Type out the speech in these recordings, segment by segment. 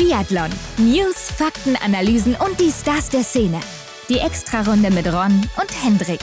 Biathlon. News, Fakten, Analysen und die Stars der Szene. Die Extrarunde mit Ron und Hendrik.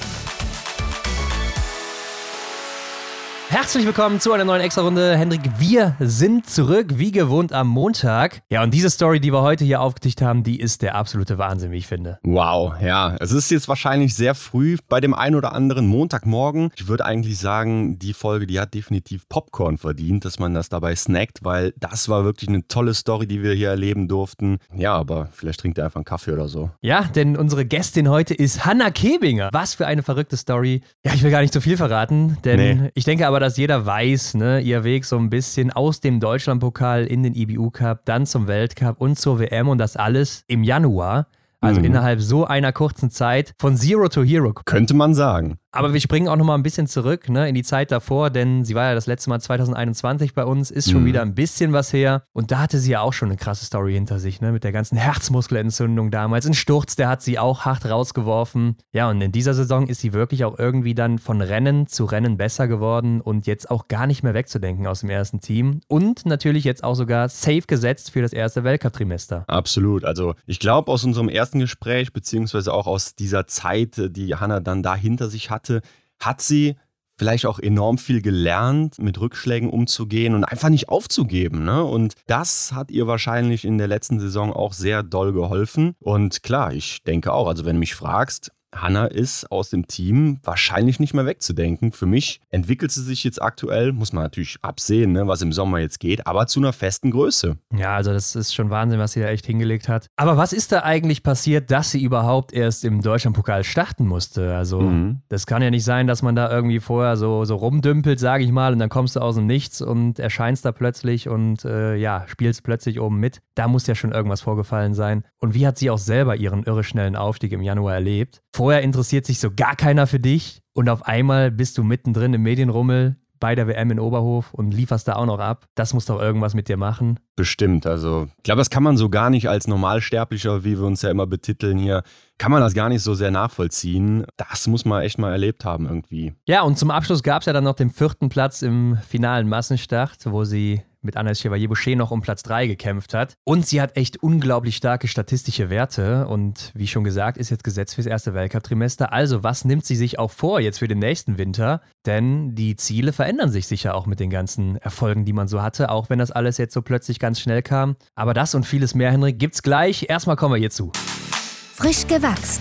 Herzlich willkommen zu einer neuen Extra-Runde. Hendrik, wir sind zurück, wie gewohnt am Montag. Ja, und diese Story, die wir heute hier aufgedichtet haben, die ist der absolute Wahnsinn, wie ich finde. Wow, ja. Es ist jetzt wahrscheinlich sehr früh bei dem einen oder anderen Montagmorgen. Ich würde eigentlich sagen, die Folge, die hat definitiv Popcorn verdient, dass man das dabei snackt, weil das war wirklich eine tolle Story, die wir hier erleben durften. Ja, aber vielleicht trinkt er einfach einen Kaffee oder so. Ja, denn unsere Gästin heute ist Hannah Kebinger. Was für eine verrückte Story. Ja, ich will gar nicht zu viel verraten, denn ich denke aber, dass jeder weiß, ne, ihr Weg so ein bisschen aus dem Deutschlandpokal in den IBU Cup, dann zum Weltcup und zur WM und das alles im Januar. Also innerhalb so einer kurzen Zeit von Zero to Hero. Könnte man sagen. Aber wir springen auch nochmal ein bisschen zurück, ne, in die Zeit davor, denn sie war ja das letzte Mal 2021 bei uns, ist schon wieder ein bisschen was her. Und da hatte sie ja auch schon eine krasse Story hinter sich, ne, mit der ganzen Herzmuskelentzündung damals. Ein Sturz, der hat sie auch hart rausgeworfen. Ja, und in dieser Saison ist sie wirklich auch irgendwie dann von Rennen zu Rennen besser geworden und jetzt auch gar nicht mehr wegzudenken aus dem ersten Team. Und natürlich jetzt auch sogar safe gesetzt für das erste Weltcup-Trimester. Absolut. Also ich glaube, aus unserem ersten Gespräch, beziehungsweise auch aus dieser Zeit, die Hannah dann da hinter sich hatte, hat sie vielleicht auch enorm viel gelernt, mit Rückschlägen umzugehen und einfach nicht aufzugeben, ne? Und das hat ihr wahrscheinlich in der letzten Saison auch sehr doll geholfen. Und klar, ich denke auch, also wenn du mich fragst, Hannah ist aus dem Team wahrscheinlich nicht mehr wegzudenken. Für mich entwickelt sie sich jetzt aktuell, muss man natürlich absehen, ne, was im Sommer jetzt geht, aber zu einer festen Größe. Ja, also das ist schon Wahnsinn, was sie da echt hingelegt hat. Aber was ist da eigentlich passiert, dass sie überhaupt erst im Deutschlandpokal starten musste? Also das kann ja nicht sein, dass man da irgendwie vorher so rumdümpelt, sage ich mal, und dann kommst du aus dem Nichts und erscheinst da plötzlich und spielst plötzlich oben mit. Da muss ja schon irgendwas vorgefallen sein. Und wie hat sie auch selber ihren irre schnellen Aufstieg im Januar erlebt? Vorher interessiert sich so gar keiner für dich und auf einmal bist du mittendrin im Medienrummel bei der WM in Oberhof und lieferst da auch noch ab. Das muss doch irgendwas mit dir machen. Bestimmt, also ich glaube, das kann man so gar nicht als Normalsterblicher, wie wir uns ja immer betiteln hier, kann man das gar nicht so sehr nachvollziehen. Das muss man echt mal erlebt haben irgendwie. Ja, und zum Abschluss gab es ja dann noch den 4. Platz im finalen Massenstart, wo sie mit Anaïs Chevalier-Boucher noch um Platz 3 gekämpft hat. Und sie hat echt unglaublich starke statistische Werte und wie schon gesagt, ist jetzt gesetzt fürs erste Weltcup-Trimester. Also was nimmt sie sich auch vor jetzt für den nächsten Winter? Denn die Ziele verändern sich sicher auch mit den ganzen Erfolgen, die man so hatte, auch wenn das alles jetzt so plötzlich ganz schnell kam. Aber das und vieles mehr, Hendrik, gibt's gleich. Erstmal kommen wir hierzu. Frisch gewachst.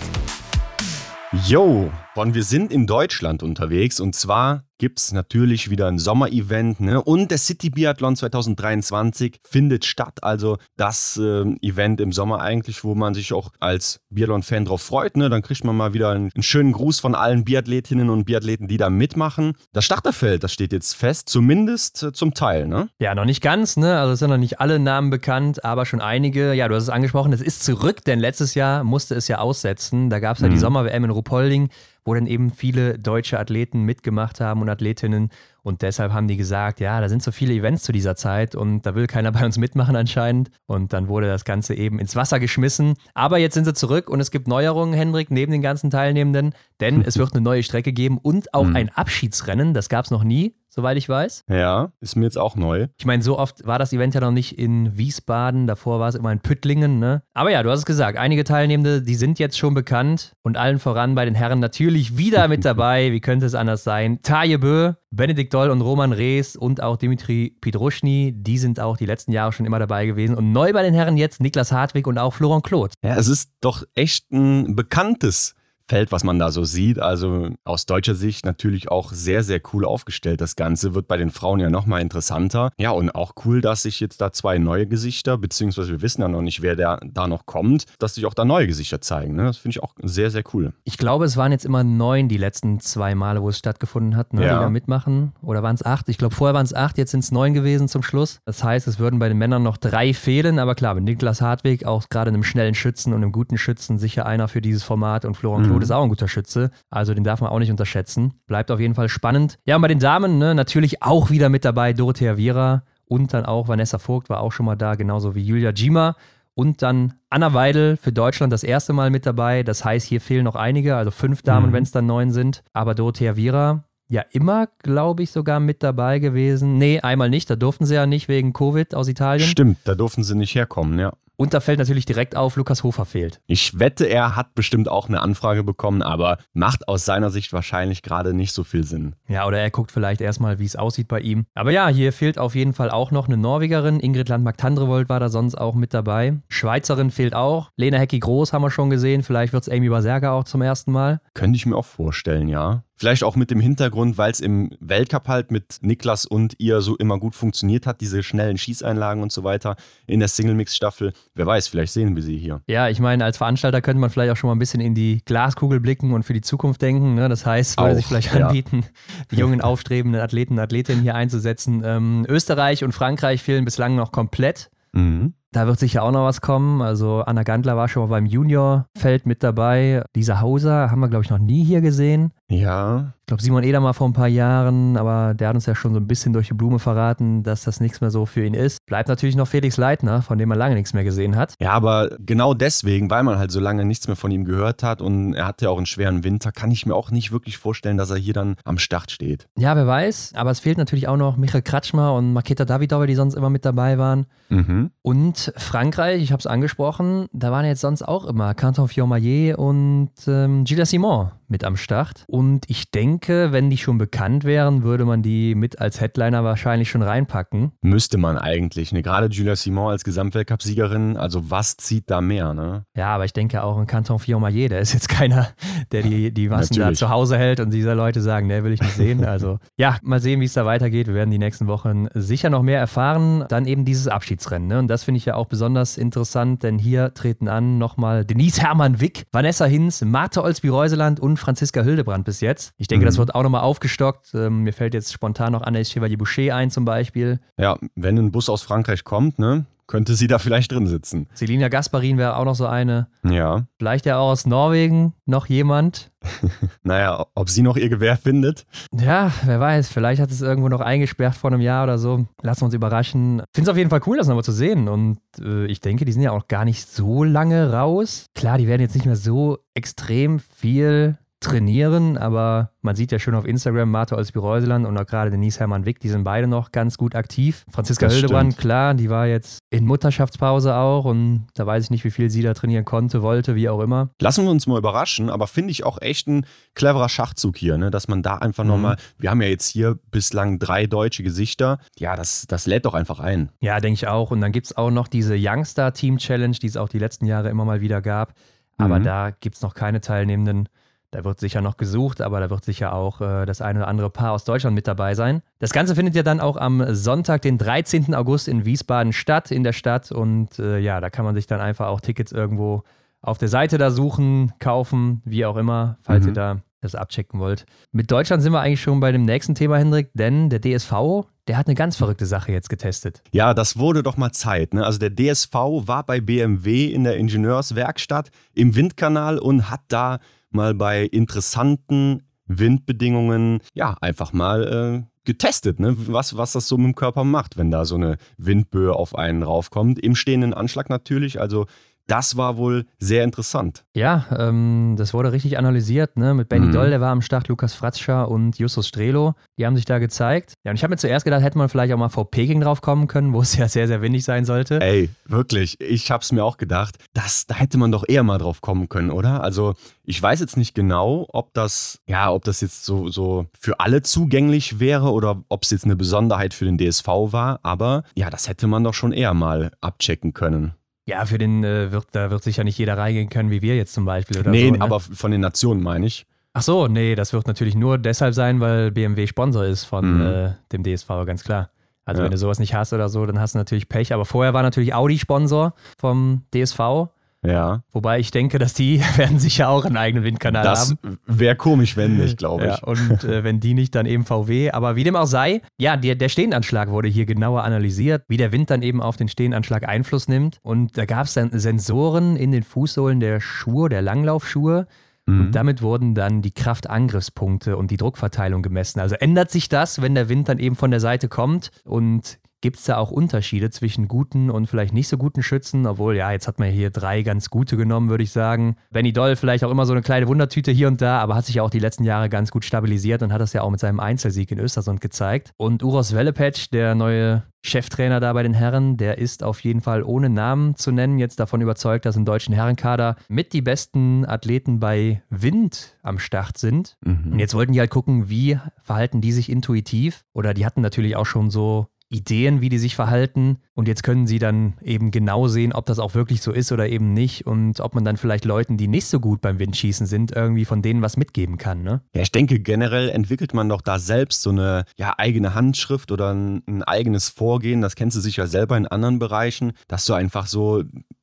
Jo, und wir sind in Deutschland unterwegs und zwar gibt es natürlich wieder ein Sommerevent, ne? Und der City Biathlon 2023 findet statt, also das Event im Sommer eigentlich, wo man sich auch als Biathlon-Fan drauf freut, ne? Dann kriegt man mal wieder einen schönen Gruß von allen Biathletinnen und Biathleten, die da mitmachen. Das Starterfeld, das steht jetzt fest, zumindest zum Teil, ne? Ja, noch nicht ganz, ne? Also es sind noch nicht alle Namen bekannt, aber schon einige. Ja, du hast es angesprochen, es ist zurück, denn letztes Jahr musste es ja aussetzen. Da gab es ja die Sommer-WM in Ruhpolding, wo dann eben viele deutsche Athleten mitgemacht haben und Athletinnen. Und deshalb haben die gesagt, ja, da sind so viele Events zu dieser Zeit und da will keiner bei uns mitmachen anscheinend. Und dann wurde das Ganze eben ins Wasser geschmissen. Aber jetzt sind sie zurück und es gibt Neuerungen, Hendrik, neben den ganzen Teilnehmenden. Denn es wird eine neue Strecke geben und auch ein Abschiedsrennen. Das gab es noch nie, soweit ich weiß. Ja, ist mir jetzt auch neu. Ich meine, so oft war das Event ja noch nicht in Wiesbaden. Davor war es immer in Püttlingen, ne? Aber ja, du hast es gesagt, einige Teilnehmende, die sind jetzt schon bekannt. Und allen voran bei den Herren natürlich wieder mit dabei. Wie könnte es anders sein? Tarje Bö, Benedikt Doll und Roman Rees und auch Dimitri Pietruschny, die sind auch die letzten Jahre schon immer dabei gewesen. Und neu bei den Herren jetzt Niklas Hartwig und auch Florent Claude. Ja, es ist doch echt ein bekanntes Feld, was man da so sieht. Also aus deutscher Sicht natürlich auch sehr, sehr cool aufgestellt. Das Ganze wird bei den Frauen ja nochmal interessanter. Ja, und auch cool, dass sich jetzt da 2 neue Gesichter, beziehungsweise wir wissen ja noch nicht, wer da noch kommt, dass sich auch da neue Gesichter zeigen. Ne? Das finde ich auch sehr, sehr cool. Ich glaube, es waren jetzt immer 9 die letzten 2 Male, wo es stattgefunden hat, ne, die da mitmachen. Oder waren es 8? Ich glaube, vorher waren es 8, jetzt sind es 9 gewesen zum Schluss. Das heißt, es würden bei den Männern noch 3 fehlen. Aber klar, mit Niklas Hartwig, auch gerade einem schnellen Schützen und einem guten Schützen, sicher einer für dieses Format. Und Florent Claude ist auch ein guter Schütze, also den darf man auch nicht unterschätzen. Bleibt auf jeden Fall spannend. Ja, und bei den Damen, ne, natürlich auch wieder mit dabei Dorothea Viera und dann auch Vanessa Vogt war auch schon mal da, genauso wie Julia Gima. Und dann Anna Weidel für Deutschland das erste Mal mit dabei. Das heißt, hier fehlen noch einige, also 5 Damen, wenn es dann 9 sind. Aber Dorothea Viera, ja immer, glaube ich, sogar mit dabei gewesen. Nee, einmal nicht, da durften sie ja nicht wegen Covid aus Italien. Stimmt, da durften sie nicht herkommen, ja. Und da fällt natürlich direkt auf, Lukas Hofer fehlt. Ich wette, er hat bestimmt auch eine Anfrage bekommen, aber macht aus seiner Sicht wahrscheinlich gerade nicht so viel Sinn. Ja, oder er guckt vielleicht erstmal, wie es aussieht bei ihm. Aber ja, hier fehlt auf jeden Fall auch noch eine Norwegerin. Ingrid Landmark-Tandrevold war da sonst auch mit dabei. Schweizerin fehlt auch. Lena Hecki-Groß haben wir schon gesehen. Vielleicht wird es Amy Baserga auch zum ersten Mal. Könnte ich mir auch vorstellen, ja. Vielleicht auch mit dem Hintergrund, weil es im Weltcup halt mit Niklas und ihr so immer gut funktioniert hat, diese schnellen Schießeinlagen und so weiter in der Single-Mix-Staffel. Wer weiß, vielleicht sehen wir sie hier. Ja, ich meine, als Veranstalter könnte man vielleicht auch schon mal ein bisschen in die Glaskugel blicken und für die Zukunft denken. Ne? Das heißt, würde sich vielleicht anbieten, die jungen, aufstrebenden Athleten und Athletinnen hier einzusetzen. Österreich und Frankreich fehlen bislang noch komplett. Mhm. Da wird sicher auch noch was kommen. Also Anna Gandler war schon mal beim Juniorfeld mit dabei. Lisa Hauser haben wir, glaube ich, noch nie hier gesehen. Ja. Ich glaube, Simon Eder mal vor ein paar Jahren, aber der hat uns ja schon so ein bisschen durch die Blume verraten, dass das nichts mehr so für ihn ist. Bleibt natürlich noch Felix Leitner, von dem man lange nichts mehr gesehen hat. Ja, aber genau deswegen, weil man halt so lange nichts mehr von ihm gehört hat und er hatte ja auch einen schweren Winter, kann ich mir auch nicht wirklich vorstellen, dass er hier dann am Start steht. Ja, wer weiß. Aber es fehlt natürlich auch noch Michael Kratschmer und Marketa Davidova, die sonst immer mit dabei waren. Mhm. Und Frankreich, ich habe es angesprochen, da waren jetzt sonst auch immer Quentin Fillon-Maillet und Gilles Simon mit am Start. Und ich denke, wenn die schon bekannt wären, würde man die mit als Headliner wahrscheinlich schon reinpacken. Müsste man eigentlich, ne? Gerade Gilles Simon als Gesamtweltcup-Siegerin, also was zieht da mehr, ne? Ja, aber ich denke auch ein Quentin Fillon-Maillet, der ist jetzt keiner, der die Massen da zu Hause hält und dieser Leute sagen, ne, will ich nicht sehen. Also ja, mal sehen, wie es da weitergeht. Wir werden die nächsten Wochen sicher noch mehr erfahren. Dann eben dieses Abschiedsrennen, ne? Und das finde ich ja auch besonders interessant, denn hier treten an nochmal Denise Hermann-Wick, Vanessa Hinz, Martha Olsby-Reuseland und Franziska Hildebrand bis jetzt. Ich denke, das wird auch nochmal aufgestockt. Mir fällt jetzt spontan noch Anaïs Chevalier-Boucher ein zum Beispiel. Ja, wenn ein Bus aus Frankreich kommt, ne, könnte sie da vielleicht drin sitzen. Selina Gasparin wäre auch noch so eine. Ja. Vielleicht ja auch aus Norwegen noch jemand. Naja, ob sie noch ihr Gewehr findet? Ja, wer weiß. Vielleicht hat es irgendwo noch eingesperrt vor einem Jahr oder so. Lassen wir uns überraschen. Ich finde es auf jeden Fall cool, das nochmal zu sehen. Und ich denke, die sind ja auch gar nicht so lange raus. Klar, die werden jetzt nicht mehr so extrem viel trainieren, aber man sieht ja schon auf Instagram Martha Olsby-Reuseland und auch gerade Denise Hermann-Wick, die sind beide noch ganz gut aktiv. Franziska Hildebrand, klar, die war jetzt in Mutterschaftspause auch und da weiß ich nicht, wie viel sie da trainieren konnte, wollte, wie auch immer. Lassen wir uns mal überraschen, aber finde ich auch echt ein cleverer Schachzug hier, ne? Dass man da einfach nochmal, wir haben ja jetzt hier bislang 3 deutsche Gesichter, ja, das lädt doch einfach ein. Ja, denke ich auch und dann gibt es auch noch diese Youngstar Team Challenge, die es auch die letzten Jahre immer mal wieder gab, aber da gibt es noch keine Teilnehmenden. Da wird sicher noch gesucht, aber da wird sicher auch das eine oder andere Paar aus Deutschland mit dabei sein. Das Ganze findet ja dann auch am Sonntag, den 13. August in Wiesbaden statt, in der Stadt. Und ja, da kann man sich dann einfach auch Tickets irgendwo auf der Seite da suchen, kaufen, wie auch immer, falls ihr da das abchecken wollt. Mit Deutschland sind wir eigentlich schon bei dem nächsten Thema, Hendrik, denn der DSV, der hat eine ganz verrückte Sache jetzt getestet. Ja, das wurde doch mal Zeit, ne? Also der DSV war bei BMW in der Ingenieurswerkstatt im Windkanal und hat da mal bei interessanten Windbedingungen, ja, einfach mal getestet, ne? Was das so mit dem Körper macht, wenn da so eine Windböe auf einen raufkommt. Im stehenden Anschlag natürlich, also das war wohl sehr interessant. Ja, das wurde richtig analysiert, ne? Mit Benny Doll, der war am Start, Lukas Fratscher und Justus Strelo, die haben sich da gezeigt. Ja, und ich habe mir zuerst gedacht, hätte man vielleicht auch mal vor Peking drauf kommen können, wo es ja sehr, sehr windig sein sollte. Ey, wirklich, ich habe es mir auch gedacht, da hätte man doch eher mal drauf kommen können, oder? Also ich weiß jetzt nicht genau, ob das jetzt so für alle zugänglich wäre oder ob es jetzt eine Besonderheit für den DSV war, aber ja, das hätte man doch schon eher mal abchecken können. Ja, für den da wird sicher nicht jeder reingehen können, wie wir jetzt zum Beispiel oder so. Nee, ne? aber von den Nationen meine ich. Ach so, nee, das wird natürlich nur deshalb sein, weil BMW Sponsor ist von dem DSV, ganz klar. Also wenn du sowas nicht hast oder so, dann hast du natürlich Pech. Aber vorher war natürlich Audi Sponsor vom DSV. Ja. Wobei ich denke, dass die werden sicher auch einen eigenen Windkanal haben. Das wäre komisch, wenn nicht, glaube ich. Ja, und wenn die nicht, dann eben VW. Aber wie dem auch sei, ja, der Stehenanschlag wurde hier genauer analysiert, wie der Wind dann eben auf den Stehenanschlag Einfluss nimmt. Und da gab es dann Sensoren in den Fußsohlen der Schuhe, der Langlaufschuhe. Und damit wurden dann die Kraftangriffspunkte und die Druckverteilung gemessen. Also ändert sich das, wenn der Wind dann eben von der Seite kommt und gibt es da auch Unterschiede zwischen guten und vielleicht nicht so guten Schützen, obwohl, ja, jetzt hat man hier 3 ganz gute genommen, würde ich sagen. Benny Doll vielleicht auch immer so eine kleine Wundertüte hier und da, aber hat sich ja auch die letzten Jahre ganz gut stabilisiert und hat das ja auch mit seinem Einzelsieg in Östersund gezeigt. Und Uros Velepec, der neue Cheftrainer da bei den Herren, der ist auf jeden Fall ohne Namen zu nennen jetzt davon überzeugt, dass im deutschen Herrenkader mit die besten Athleten bei Wind am Start sind. Und jetzt wollten die halt gucken, wie verhalten die sich intuitiv, oder die hatten natürlich auch schon so Ideen, wie die sich verhalten, und jetzt können sie dann eben genau sehen, ob das auch wirklich so ist oder eben nicht, und ob man dann vielleicht Leuten, die nicht so gut beim Windschießen sind, irgendwie von denen was mitgeben kann, ne? Ja, ich denke, generell entwickelt man doch da selbst so eine eigene Handschrift oder ein eigenes Vorgehen, das kennst du sicher selber in anderen Bereichen, dass du einfach so,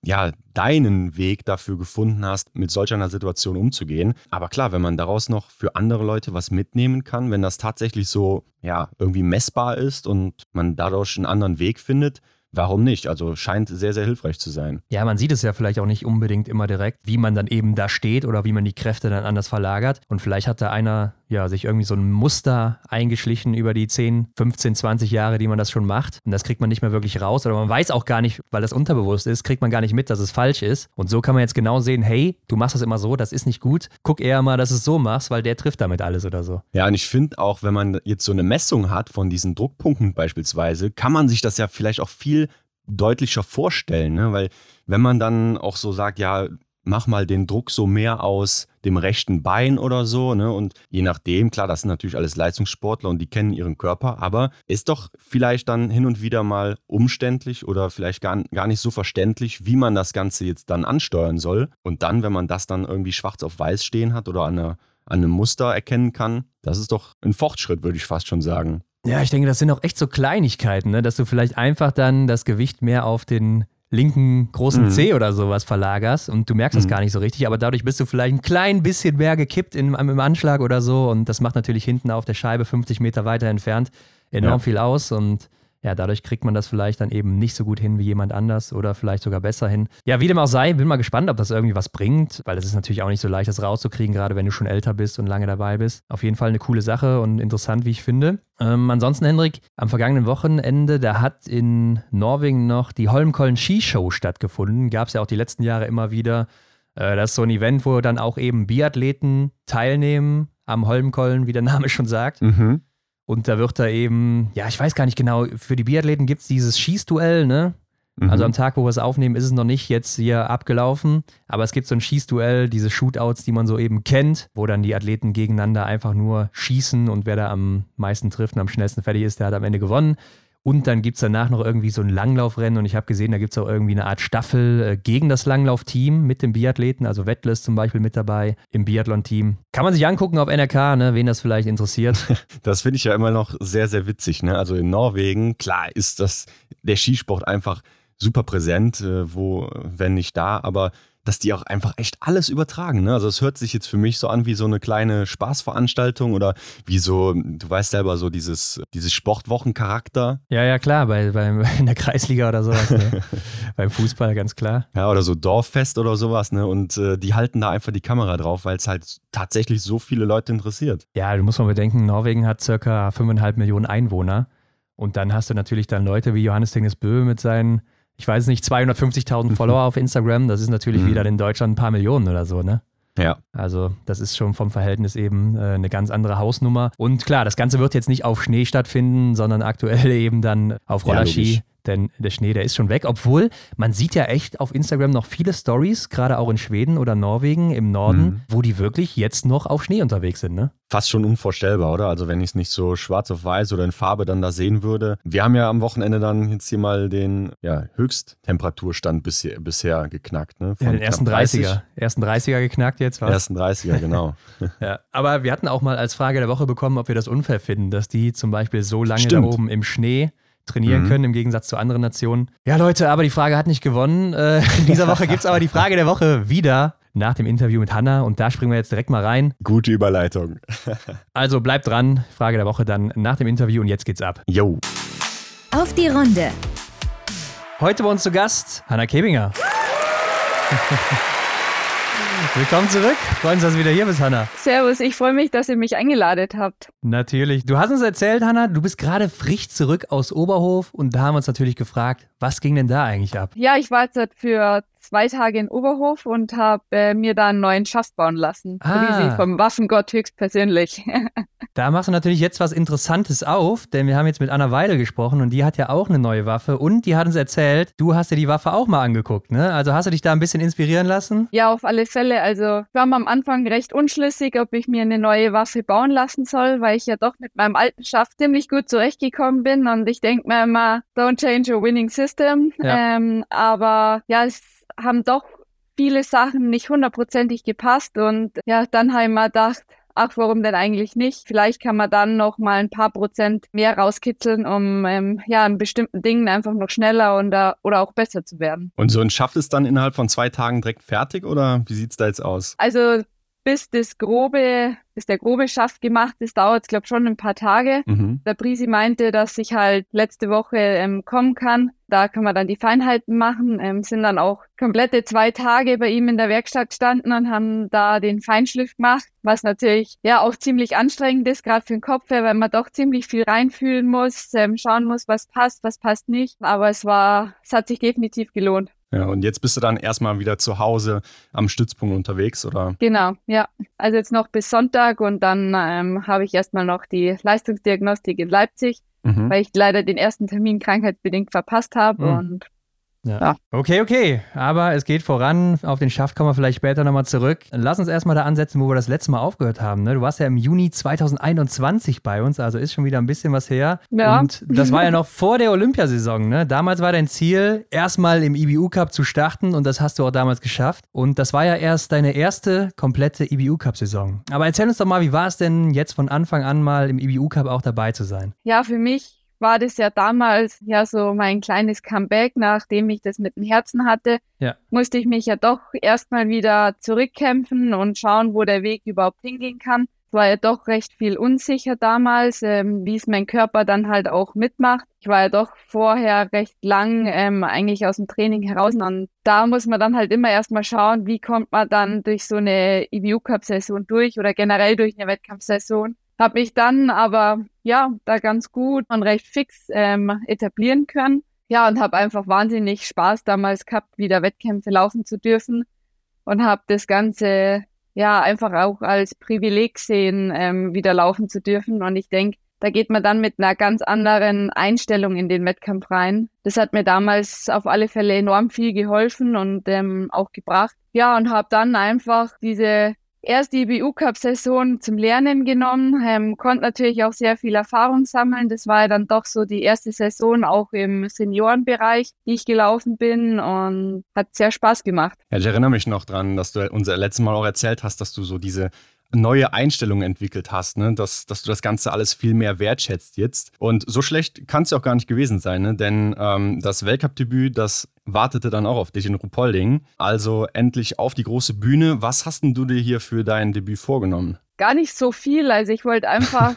deinen Weg dafür gefunden hast, mit solch einer Situation umzugehen. Aber klar, wenn man daraus noch für andere Leute was mitnehmen kann, wenn das tatsächlich so, irgendwie messbar ist und man dadurch einen anderen Weg findet, warum nicht? Also scheint sehr, sehr hilfreich zu sein. Ja, man sieht es ja vielleicht auch nicht unbedingt immer direkt, wie man dann eben da steht oder wie man die Kräfte dann anders verlagert. Und vielleicht hat da einer sich irgendwie so ein Muster eingeschlichen über die 10, 15, 20 Jahre, die man das schon macht. Und das kriegt man nicht mehr wirklich raus. Oder man weiß auch gar nicht, weil das unterbewusst ist, kriegt man gar nicht mit, dass es falsch ist. Und so kann man jetzt genau sehen, hey, du machst das immer so, das ist nicht gut. Guck eher mal, dass du es so machst, weil der trifft damit alles oder so. Ja, und ich finde auch, wenn man jetzt so eine Messung hat von diesen Druckpunkten beispielsweise, kann man sich das ja vielleicht auch viel deutlicher vorstellen, ne? Weil wenn man dann auch so sagt, mach mal den Druck so mehr aus dem rechten Bein oder so, ne? Und je nachdem, klar, das sind natürlich alles Leistungssportler und die kennen ihren Körper, aber ist doch vielleicht dann hin und wieder mal umständlich oder vielleicht gar nicht so verständlich, wie man das Ganze jetzt dann ansteuern soll. Und dann, wenn man das dann irgendwie schwarz auf weiß stehen hat oder an einem Muster erkennen kann, das ist doch ein Fortschritt, würde ich fast schon sagen. Ja, ich denke, das sind auch echt so Kleinigkeiten, ne? Dass du vielleicht einfach dann das Gewicht mehr auf den linken großen Zeh oder sowas verlagerst und du merkst das gar nicht so richtig, aber dadurch bist du vielleicht ein klein bisschen mehr gekippt im Anschlag oder so, und das macht natürlich hinten auf der Scheibe 50 Meter weiter entfernt enorm viel aus, und dadurch kriegt man das vielleicht dann eben nicht so gut hin wie jemand anders oder vielleicht sogar besser hin. Ja, wie dem auch sei, bin mal gespannt, ob das irgendwie was bringt, weil das ist natürlich auch nicht so leicht, das rauszukriegen, gerade wenn du schon älter bist und lange dabei bist. Auf jeden Fall eine coole Sache und interessant, wie ich finde. Ansonsten, Hendrik, am vergangenen Wochenende, da hat in Norwegen noch die Holmenkollen Skishow stattgefunden. Gab es ja auch die letzten Jahre immer wieder. Das ist so ein Event, wo dann auch eben Biathleten teilnehmen am Holmenkollen, wie der Name schon sagt. Und da wird da eben, ich weiß gar nicht genau, für die Biathleten gibt es dieses Schießduell, ne? Also am Tag, wo wir es aufnehmen, ist es noch nicht jetzt hier abgelaufen, aber es gibt so ein Schießduell, diese Shootouts, die man so eben kennt, wo dann die Athleten gegeneinander einfach nur schießen, und wer da am meisten trifft und am schnellsten fertig ist, der hat am Ende gewonnen. Und dann gibt es danach noch irgendwie so ein Langlaufrennen, und ich habe gesehen, da gibt es auch irgendwie eine Art Staffel gegen das Langlaufteam mit dem Biathleten, also Vettel ist zum Beispiel mit dabei im Biathlon-Team. Kann man sich angucken auf NRK, ne, wen das vielleicht interessiert. Das finde ich ja immer noch sehr, sehr witzig, ne? Also in Norwegen, klar ist der Skisport einfach super präsent, wo, wenn nicht da, aber dass die auch einfach echt alles übertragen, ne? Also es hört sich jetzt für mich so an wie so eine kleine Spaßveranstaltung oder wie so, du weißt selber, so dieses Sportwochencharakter. Ja, klar, in der Kreisliga oder sowas, ne? Beim Fußball, ganz klar. Ja, oder so Dorffest oder sowas, ne? Und die halten da einfach die Kamera drauf, weil es halt tatsächlich so viele Leute interessiert. Ja, du musst mal bedenken, Norwegen hat ca. 5,5 Millionen Einwohner, und dann hast du natürlich dann Leute wie Johannes Tingnes Bö mit seinen, ich weiß nicht, 250.000 Follower auf Instagram. Das ist natürlich wieder in Deutschland ein paar Millionen oder so, ne? Ja. Also das ist schon vom Verhältnis eben eine ganz andere Hausnummer. Und klar, das Ganze wird jetzt nicht auf Schnee stattfinden, sondern aktuell eben dann auf Rollerski. Denn der Schnee, der ist schon weg. Obwohl, man sieht ja echt auf Instagram noch viele Stories, gerade auch in Schweden oder Norwegen im Norden, wo die wirklich jetzt noch auf Schnee unterwegs sind, ne? Fast schon unvorstellbar, oder? Also wenn ich es nicht so schwarz auf weiß oder in Farbe dann da sehen würde. Wir haben ja am Wochenende dann jetzt hier mal den Höchsttemperaturstand bisher geknackt, ne? Von den ersten 30er. Ersten 30er geknackt jetzt, was? Ersten 30er, genau. Ja, aber wir hatten auch mal als Frage der Woche bekommen, ob wir das unfair finden, dass die zum Beispiel so lange da oben im Schnee trainieren können, im Gegensatz zu anderen Nationen. Ja, Leute, aber die Frage hat nicht gewonnen. In dieser Woche gibt es aber die Frage der Woche wieder nach dem Interview mit Hanna, und da springen wir jetzt direkt mal rein. Gute Überleitung. Also bleibt dran, Frage der Woche dann nach dem Interview, und jetzt geht's ab. Jo. Auf die Runde. Heute bei uns zu Gast Hanna Kebinger. Willkommen zurück. Freuen uns, dass du wieder hier bist, Hanna. Servus, ich freue mich, dass ihr mich eingeladen habt. Natürlich. Du hast uns erzählt, Hanna, du bist gerade frisch zurück aus Oberhof und da haben wir uns natürlich gefragt, was ging denn da eigentlich ab? Ja, ich war jetzt für 2 Tage in Oberhof und habe mir da einen neuen Schaft bauen lassen. Riesig vom Waffengott höchstpersönlich. Da machst du natürlich jetzt was Interessantes auf, denn wir haben jetzt mit Anna Weidel gesprochen und die hat ja auch eine neue Waffe und die hat uns erzählt, du hast dir die Waffe auch mal angeguckt, ne? Also hast du dich da ein bisschen inspirieren lassen? Ja, auf alle Fälle. Also ich war mir am Anfang recht unschlüssig, ob ich mir eine neue Waffe bauen lassen soll, weil ich ja doch mit meinem alten Schaft ziemlich gut zurechtgekommen bin und ich denke mir immer, don't change a winning system. Ja. Aber ja, es haben doch viele Sachen nicht 100%ig gepasst und ja, dann habe ich mir gedacht, ach, warum denn eigentlich nicht? Vielleicht kann man dann noch mal ein paar Prozent mehr rauskitzeln, um an bestimmten Dingen einfach noch schneller oder auch besser zu werden. Und so ein Schaft ist dann innerhalb von 2 Tagen direkt fertig oder wie sieht's da jetzt aus? Also bis der grobe Schaft gemacht ist, dauert es, glaube ich, schon ein paar Tage. Der Brisi meinte, dass ich halt letzte Woche kommen kann. Da kann man dann die Feinheiten machen. Sind dann auch komplette 2 Tage bei ihm in der Werkstatt gestanden und haben da den Feinschliff gemacht, was natürlich ja auch ziemlich anstrengend ist, gerade für den Kopf, weil man doch ziemlich viel reinfühlen muss, schauen muss, was passt nicht. Aber es hat sich definitiv gelohnt. Ja, und jetzt bist du dann erstmal wieder zu Hause am Stützpunkt unterwegs, oder? Genau, ja. Also jetzt noch bis Sonntag und dann habe ich erstmal noch die Leistungsdiagnostik in Leipzig, weil ich leider den ersten Termin krankheitsbedingt verpasst habe und ja. Okay. Aber es geht voran. Auf den Schaft kommen wir vielleicht später nochmal zurück. Lass uns erstmal da ansetzen, wo wir das letzte Mal aufgehört haben. Ne? Du warst ja im Juni 2021 bei uns, also ist schon wieder ein bisschen was her. Ja. Und das war ja noch vor der Olympiasaison. Ne? Damals war dein Ziel, erstmal im IBU-Cup zu starten und das hast du auch damals geschafft. Und das war ja erst deine erste komplette IBU-Cup-Saison. Aber erzähl uns doch mal, wie war es denn jetzt von Anfang an mal im IBU-Cup auch dabei zu sein? Ja, für mich war das ja damals ja so mein kleines Comeback, nachdem ich das mit dem Herzen hatte. Ja. Musste ich mich ja doch erstmal wieder zurückkämpfen und schauen, wo der Weg überhaupt hingehen kann. Es war ja doch recht viel unsicher damals, wie es mein Körper dann halt auch mitmacht. Ich war ja doch vorher recht lang eigentlich aus dem Training heraus und da muss man dann halt immer erstmal schauen, wie kommt man dann durch so eine IBU-Cup-Saison durch oder generell durch eine Wettkampfsaison. Habe mich dann aber ja da ganz gut und recht fix etablieren können. Ja, und habe einfach wahnsinnig Spaß damals gehabt, wieder Wettkämpfe laufen zu dürfen und habe das Ganze ja einfach auch als Privileg sehen, wieder laufen zu dürfen. Und ich denke, da geht man dann mit einer ganz anderen Einstellung in den Wettkampf rein. Das hat mir damals auf alle Fälle enorm viel geholfen und auch gebracht. Ja, und habe dann einfach diese erst die IBU-Cup-Saison zum Lernen genommen, konnte natürlich auch sehr viel Erfahrung sammeln. Das war ja dann doch so die erste Saison auch im Seniorenbereich, die ich gelaufen bin und hat sehr Spaß gemacht. Ja, ich erinnere mich noch dran, dass du unser letztes Mal auch erzählt hast, dass du so diese neue Einstellung entwickelt hast, ne? Dass du das Ganze alles viel mehr wertschätzt jetzt. Und so schlecht kann es ja auch gar nicht gewesen sein, ne? Denn das Weltcup-Debüt, das wartete dann auch auf dich in Ruhpolding. Also endlich auf die große Bühne. Was hast denn du dir hier für dein Debüt vorgenommen? Gar nicht so viel. Also ich wollte einfach,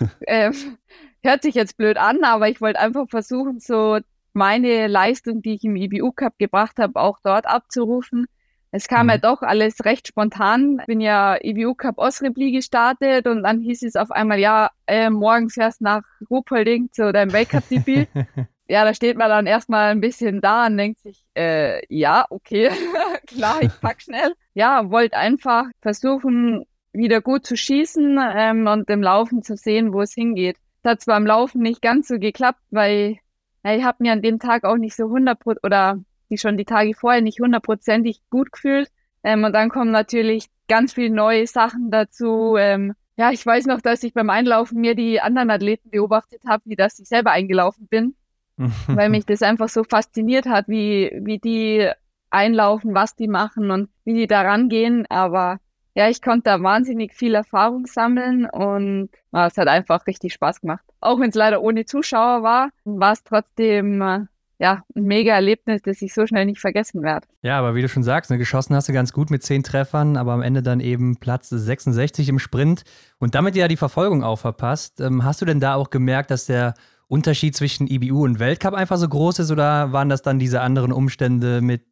hört sich jetzt blöd an, aber ich wollte einfach versuchen, so meine Leistung, die ich im IBU-Cup gebracht habe, auch dort abzurufen. Es kam ja doch alles recht spontan. Ich bin ja IBU-Cup Osrebli gestartet und dann hieß es auf einmal, ja, morgen fährst nach Ruhpolding zu deinem Weltcup-Debüt. Ja, da steht man dann erstmal ein bisschen da und denkt sich, ja, okay, klar, ich pack schnell. Ja, wollte einfach versuchen, wieder gut zu schießen und im Laufen zu sehen, wo es hingeht. Es hat zwar im Laufen nicht ganz so geklappt, weil ich habe mir an dem Tag auch nicht so 100% oder die schon die Tage vorher nicht 100%ig gut gefühlt. Und dann kommen natürlich ganz viele neue Sachen dazu. Ja, ich weiß noch, dass ich beim Einlaufen mir die anderen Athleten beobachtet habe, wie dass ich selber eingelaufen bin. Weil mich das einfach so fasziniert hat, wie die einlaufen, was die machen und wie die da rangehen. Aber ja, ich konnte da wahnsinnig viel Erfahrung sammeln und es hat einfach richtig Spaß gemacht. Auch wenn es leider ohne Zuschauer war es trotzdem ein mega Erlebnis, das ich so schnell nicht vergessen werde. Ja, aber wie du schon sagst, geschossen hast du ganz gut mit 10 Treffern, aber am Ende dann eben Platz 66 im Sprint und damit ja die Verfolgung auch verpasst. Hast du denn da auch gemerkt, dass der Unterschied zwischen IBU und Weltcup einfach so groß ist oder waren das dann diese anderen Umstände mit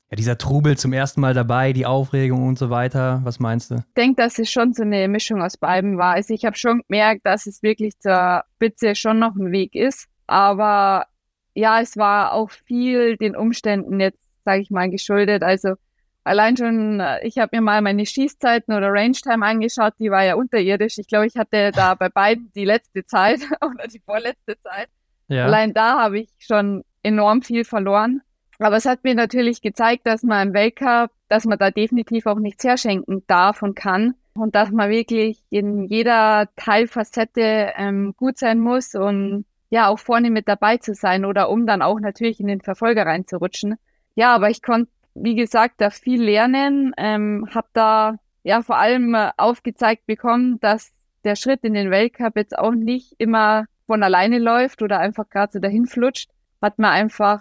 Ja, dieser Trubel zum ersten Mal dabei, die Aufregung und so weiter. Was meinst du? Ich denke, dass es schon so eine Mischung aus beidem war. Also ich habe schon gemerkt, dass es wirklich zur Spitze schon noch ein Weg ist. Aber ja, es war auch viel den Umständen jetzt, sage ich mal, geschuldet. Also allein schon, ich habe mir mal meine Schießzeiten oder Range-Time angeschaut, die war ja unterirdisch. Ich glaube, ich hatte da bei beiden die letzte Zeit oder die vorletzte Zeit. Ja. Allein da habe ich schon enorm viel verloren. Aber es hat mir natürlich gezeigt, dass man im Weltcup, dass man da definitiv auch nichts herschenken darf und kann. Und dass man wirklich in jeder Teilfacette gut sein muss und ja auch vorne mit dabei zu sein oder um dann auch natürlich in den Verfolger reinzurutschen. Ja, aber ich konnte, wie gesagt, da viel lernen. Habe da ja vor allem aufgezeigt bekommen, dass der Schritt in den Weltcup jetzt auch nicht immer von alleine läuft oder einfach gerade so dahin flutscht. Hat man einfach,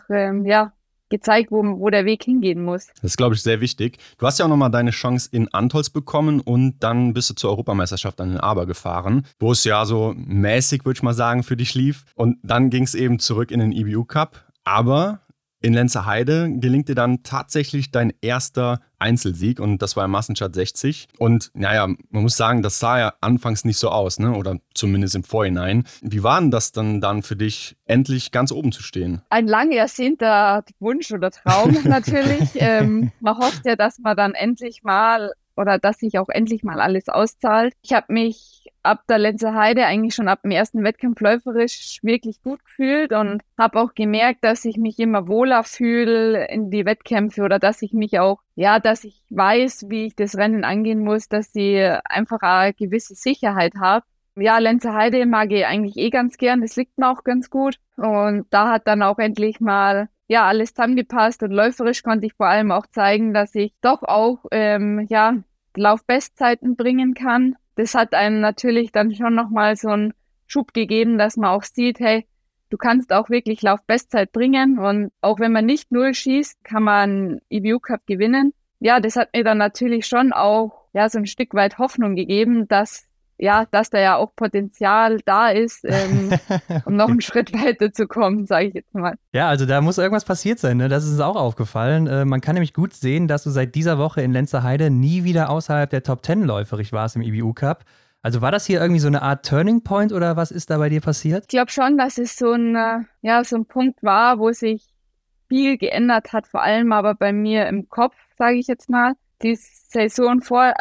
gezeigt, wo der Weg hingehen muss. Das ist, glaube ich, sehr wichtig. Du hast ja auch nochmal deine Chance in Antholz bekommen und dann bist du zur Europameisterschaft an den Aber gefahren, wo es ja so mäßig, würde ich mal sagen, für dich lief. Und dann ging es eben zurück in den IBU Cup. Aber in Lenzerheide gelingt dir dann tatsächlich dein erster Einzelsieg und das war im Massenstart 60. Und naja, man muss sagen, das sah ja anfangs nicht so aus, ne? Oder zumindest im Vorhinein. Wie war denn das dann für dich, endlich ganz oben zu stehen? Ein lang ersehnter Wunsch oder Traum natürlich. Man hofft ja, dass man dann endlich mal oder dass sich auch endlich mal alles auszahlt. Ich habe mich ab der Lenzerheide eigentlich schon ab dem ersten Wettkampf läuferisch wirklich gut gefühlt und habe auch gemerkt, dass ich mich immer wohler fühle in die Wettkämpfe oder dass ich mich auch, dass ich weiß, wie ich das Rennen angehen muss, dass ich einfach eine gewisse Sicherheit habe. Ja, Lenzerheide mag ich eigentlich ganz gern, das liegt mir auch ganz gut und da hat dann auch endlich mal alles zusammengepasst und läuferisch konnte ich vor allem auch zeigen, dass ich doch auch Laufbestzeiten bringen kann. Das hat einem natürlich dann schon nochmal so einen Schub gegeben, dass man auch sieht, hey, du kannst auch wirklich Laufbestzeit bringen und auch wenn man nicht 0 schießt, kann man IBU Cup gewinnen. Ja, das hat mir dann natürlich schon auch so ein Stück weit Hoffnung gegeben, dass da ja auch Potenzial da ist, um noch einen Schritt weiter zu kommen, sage ich jetzt mal. Ja, also da muss irgendwas passiert sein, ne? Das ist uns auch aufgefallen. Man kann nämlich gut sehen, dass du seit dieser Woche in Lenzerheide nie wieder außerhalb der Top 10 läuferig warst im IBU Cup. Also war das hier irgendwie so eine Art Turning Point oder was ist da bei dir passiert? Ich glaube schon, dass es so ein Punkt war, wo sich viel geändert hat, vor allem aber bei mir im Kopf, sage ich jetzt mal. Die Saison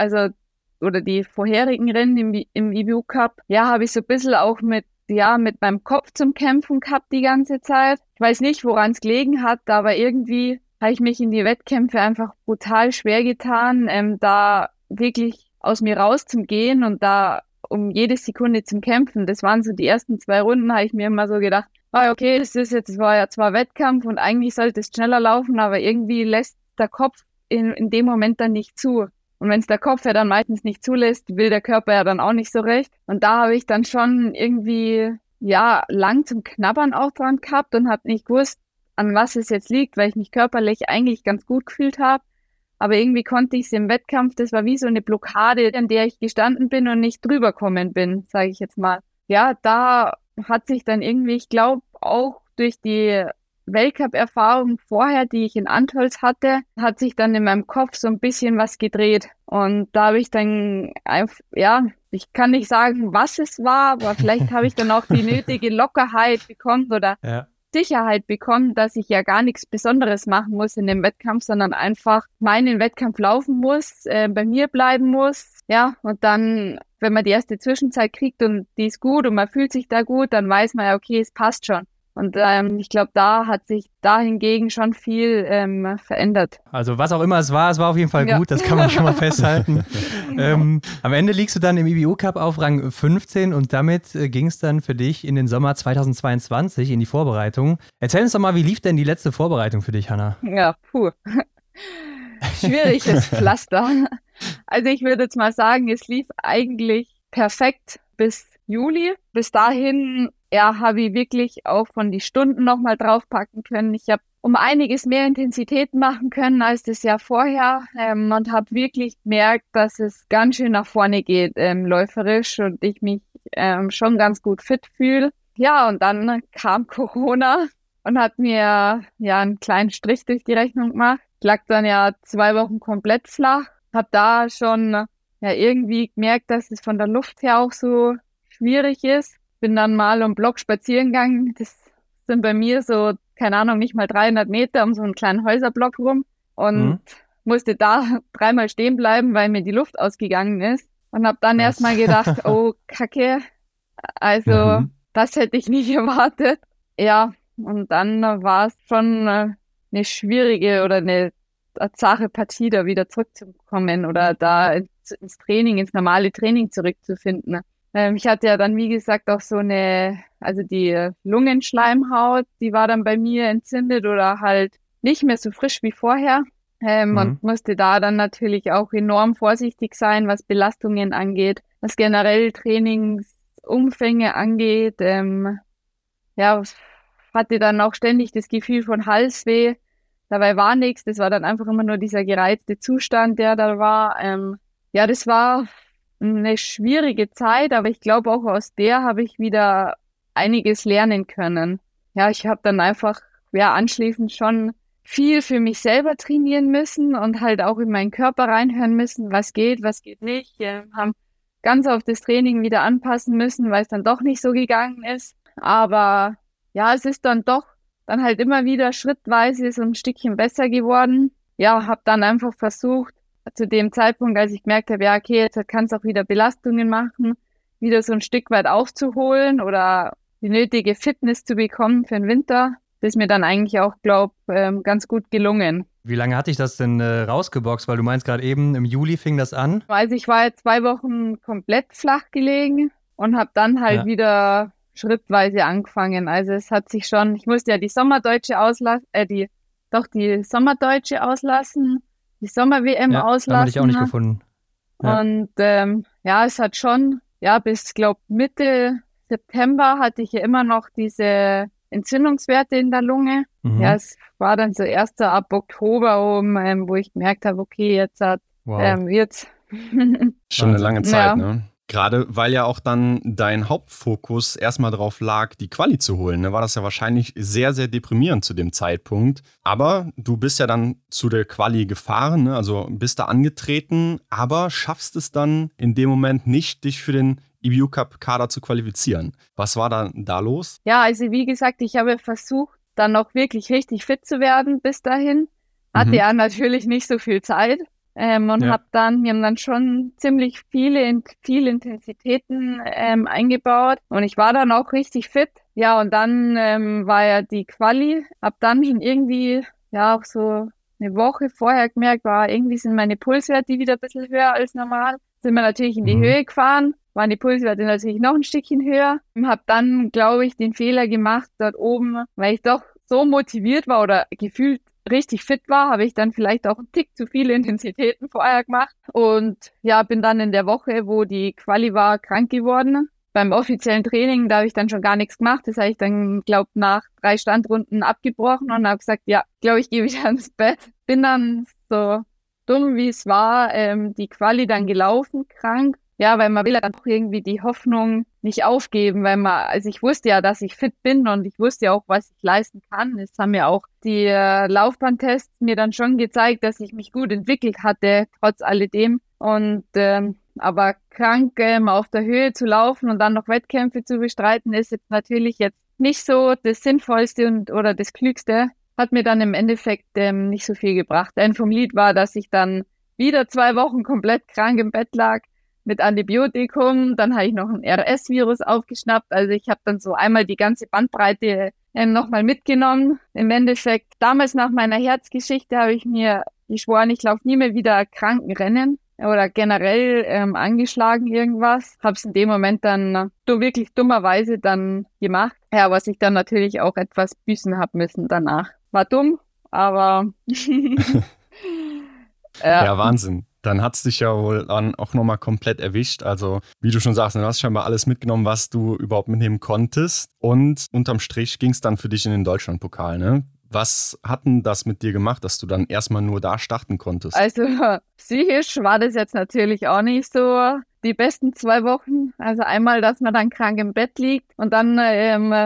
oder die vorherigen Rennen im IBU Cup, habe ich so ein bisschen auch mit meinem Kopf zum Kämpfen gehabt die ganze Zeit. Ich weiß nicht, woran es gelegen hat, aber irgendwie habe ich mich in die Wettkämpfe einfach brutal schwer getan, da wirklich aus mir rauszugehen und da um jede Sekunde zum Kämpfen. Das waren so die ersten 2 Runden, habe ich mir immer so gedacht, okay, das war ja zwar Wettkampf und eigentlich sollte es schneller laufen, aber irgendwie lässt der Kopf in dem Moment dann nicht zu. Und wenn es der Kopf ja dann meistens nicht zulässt, will der Körper ja dann auch nicht so recht. Und da habe ich dann schon irgendwie, lang zum Knabbern auch dran gehabt und habe nicht gewusst, an was es jetzt liegt, weil ich mich körperlich eigentlich ganz gut gefühlt habe. Aber irgendwie konnte ich es im Wettkampf, das war wie so eine Blockade, an der ich gestanden bin und nicht drüber kommen bin, sage ich jetzt mal. Ja, da hat sich dann irgendwie, ich glaube, auch durch die Weltcup-Erfahrung vorher, die ich in Antholz hatte, hat sich dann in meinem Kopf so ein bisschen was gedreht. Und da habe ich dann ich kann nicht sagen, was es war, aber vielleicht habe ich dann auch die nötige Lockerheit bekommen oder Sicherheit bekommen, dass ich ja gar nichts Besonderes machen muss in dem Wettkampf, sondern einfach meinen Wettkampf laufen muss, bei mir bleiben muss. Ja, und dann, wenn man die erste Zwischenzeit kriegt und die ist gut und man fühlt sich da gut, dann weiß man ja, okay, es passt schon. Und ich glaube, da hat sich hingegen schon viel verändert. Also was auch immer es war auf jeden Fall gut, das kann man schon mal festhalten. Am Ende liegst du dann im IBU Cup auf Rang 15 und damit ging es dann für dich in den Sommer 2022 in die Vorbereitung. Erzähl uns doch mal, wie lief denn die letzte Vorbereitung für dich, Hanna? Ja, schwieriges Pflaster. Also ich würde jetzt mal sagen, es lief eigentlich perfekt bis Juli. Bis dahin habe ich wirklich auch von die Stunden nochmal draufpacken können. Ich habe um einiges mehr Intensität machen können als das Jahr vorher und habe wirklich gemerkt, dass es ganz schön nach vorne geht läuferisch und ich mich schon ganz gut fit fühle. Ja, und dann kam Corona und hat mir ja einen kleinen Strich durch die Rechnung gemacht. Ich lag dann ja 2 Wochen komplett flach. Hab da schon ja irgendwie gemerkt, dass es von der Luft her auch so schwierig ist. Bin dann mal um Block spazieren gegangen. Das sind bei mir so, keine Ahnung, nicht mal 300 Meter um so einen kleinen Häuserblock rum. Und musste da 3-mal stehen bleiben, weil mir die Luft ausgegangen ist. Und habe dann erstmal gedacht, oh Kacke, also das hätte ich nicht erwartet. Ja, und dann war es schon eine schwierige oder eine zahre Partie, da wieder zurückzukommen oder da ins Training, ins normale Training zurückzufinden. Ich hatte ja dann, wie gesagt, auch so also die Lungenschleimhaut, die war dann bei mir entzündet oder halt nicht mehr so frisch wie vorher. Und musste da dann natürlich auch enorm vorsichtig sein, was Belastungen angeht, was generell Trainingsumfänge angeht. Hatte dann auch ständig das Gefühl von Halsweh. Dabei war nichts, das war dann einfach immer nur dieser gereizte Zustand, der da war. Das war eine schwierige Zeit, aber ich glaube auch aus der habe ich wieder einiges lernen können. Ja, ich habe dann einfach anschließend schon viel für mich selber trainieren müssen und halt auch in meinen Körper reinhören müssen, was geht nicht. Haben ganz auf das Training wieder anpassen müssen, weil es dann doch nicht so gegangen ist. Aber ja, es ist dann doch dann halt immer wieder schrittweise so ein Stückchen besser geworden. Ja, habe dann einfach versucht, zu dem Zeitpunkt, als ich gemerkt habe, ja, okay, jetzt kann es auch wieder Belastungen machen, wieder so ein Stück weit aufzuholen oder die nötige Fitness zu bekommen für den Winter. Das ist mir dann eigentlich auch, ganz gut gelungen. Wie lange hatte ich das denn rausgeboxt? Weil du meinst gerade eben, im Juli fing das an. Also ich war jetzt 2 Wochen komplett flach gelegen und habe dann halt wieder schrittweise angefangen. Also es hat sich schon, ich musste ja die Sommerdeutsche auslassen, die Sommerdeutsche auslassen, die Sommer-WM auslassen. Ja, habe ich auch nicht gefunden. Ja. Und es hat schon, bis, Mitte September hatte ich ja immer noch diese Entzündungswerte in der Lunge. Ja, es war dann so erst ab Oktober wo ich gemerkt habe, okay, jetzt wird's. Schon eine lange Zeit, ne? Gerade weil ja auch dann dein Hauptfokus erstmal darauf lag, die Quali zu holen, ne, war das ja wahrscheinlich sehr, sehr deprimierend zu dem Zeitpunkt. Aber du bist ja dann zu der Quali gefahren, ne, also bist da angetreten, aber schaffst es dann in dem Moment nicht, dich für den IBU-Cup-Kader zu qualifizieren. Was war dann da los? Ja, also wie gesagt, ich habe versucht, dann noch wirklich richtig fit zu werden bis dahin. Hatte ja natürlich nicht so viel Zeit. Wir haben dann schon ziemlich viele Intensitäten eingebaut und ich war dann auch richtig fit. Ja, und dann war ja die Quali. Hab dann schon irgendwie, auch so eine Woche vorher gemerkt, irgendwie sind meine Pulswerte wieder ein bisschen höher als normal. Sind wir natürlich in die Höhe gefahren, waren die Pulswerte natürlich noch ein Stückchen höher. Hab dann, glaube ich, den Fehler gemacht dort oben, weil ich doch so motiviert war oder gefühlt richtig fit war, habe ich dann vielleicht auch einen Tick zu viele Intensitäten vorher gemacht und bin dann in der Woche, wo die Quali war, krank geworden. Beim offiziellen Training, da habe ich dann schon gar nichts gemacht. Das habe ich dann, nach 3 Standrunden abgebrochen und habe gesagt, ich gehe wieder ins Bett. Bin dann so dumm, wie es war, die Quali dann gelaufen, krank. Ja, weil man will ja dann auch irgendwie die Hoffnung nicht aufgeben, also ich wusste ja, dass ich fit bin und ich wusste ja auch, was ich leisten kann. Es haben ja auch die Laufbahntests mir dann schon gezeigt, dass ich mich gut entwickelt hatte, trotz alledem. Und aber krank auf der Höhe zu laufen und dann noch Wettkämpfe zu bestreiten, ist jetzt natürlich jetzt nicht so das Sinnvollste oder das Klügste. Hat mir dann im Endeffekt nicht so viel gebracht. Ein vom Lied war, dass ich dann wieder 2 Wochen komplett krank im Bett lag mit Antibiotikum. Dann habe ich noch ein RS-Virus aufgeschnappt. Also ich habe dann so einmal die ganze Bandbreite nochmal mitgenommen. Im Endeffekt, damals nach meiner Herzgeschichte habe ich mir geschworen, ich laufe nie mehr wieder Krankenrennen oder generell angeschlagen irgendwas. Habe es in dem Moment dann wirklich dummerweise dann gemacht. Ja, was ich dann natürlich auch etwas büßen habe müssen danach. War dumm, aber ja, Wahnsinn. Dann hat es dich ja wohl dann auch nochmal komplett erwischt. Also, wie du schon sagst, du hast scheinbar alles mitgenommen, was du überhaupt mitnehmen konntest. Und unterm Strich ging es dann für dich in den Deutschlandpokal, ne? Was hat denn das mit dir gemacht, dass du dann erstmal nur da starten konntest? Also, psychisch war das jetzt natürlich auch nicht so die besten 2 Wochen. Also einmal, dass man dann krank im Bett liegt und dann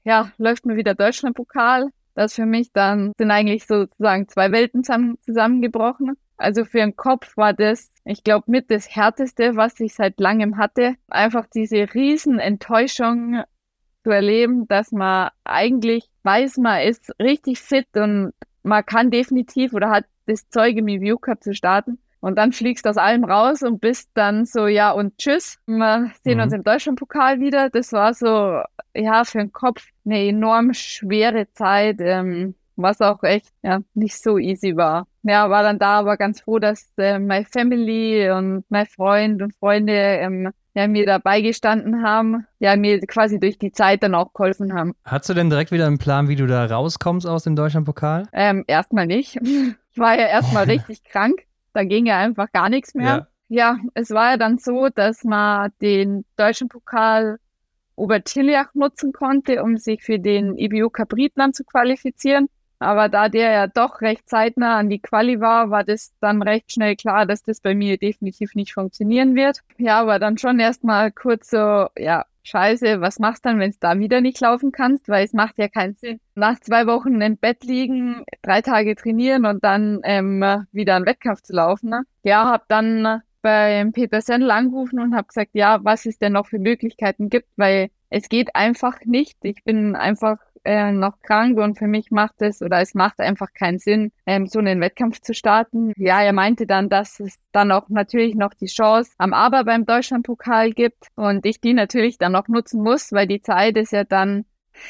läuft mir wieder Deutschlandpokal. Das für mich dann sind eigentlich sozusagen 2 Welten zusammengebrochen. Also für den Kopf war das, ich glaube, mit das Härteste, was ich seit langem hatte. Einfach diese riesen Enttäuschung zu erleben, dass man eigentlich weiß, man ist richtig fit und man kann definitiv oder hat das Zeug im EBU Cup zu starten. Und dann fliegst du aus allem raus und bist dann so, ja und tschüss. Wir sehen uns im Deutschlandpokal wieder. Das war so, für den Kopf eine enorm schwere Zeit, was auch echt nicht so easy war. Ja, war dann da aber ganz froh, dass meine Family und mein Freund und Freunde mir dabei gestanden haben, mir quasi durch die Zeit dann auch geholfen haben. Hattest du denn direkt wieder einen Plan, wie du da rauskommst aus dem Deutschlandpokal? Erstmal nicht. Ich war ja erstmal richtig krank. Da ging ja einfach gar nichts mehr. Ja, es war ja dann so, dass man den Deutschlandpokal Obertiljach nutzen konnte, um sich für den EBU Cup Riedland zu qualifizieren. Aber da der ja doch recht zeitnah an die Quali war das dann recht schnell klar, dass das bei mir definitiv nicht funktionieren wird. Ja, aber dann schon erstmal kurz so, scheiße, was machst du dann, wenn es da wieder nicht laufen kannst? Weil es macht ja keinen Sinn. Nach 2 Wochen im Bett liegen, 3 Tage trainieren und dann wieder einen Wettkampf zu laufen. Ne? Ja, habe dann beim Peter Sendl angerufen und habe gesagt, was es denn noch für Möglichkeiten gibt, weil es geht einfach nicht. Ich bin einfach noch krank und für mich es macht einfach keinen Sinn, so einen Wettkampf zu starten. Ja, er meinte dann, dass es dann auch natürlich noch die Chance am Aber beim Deutschlandpokal gibt und ich die natürlich dann auch nutzen muss, weil die Zeit ist ja dann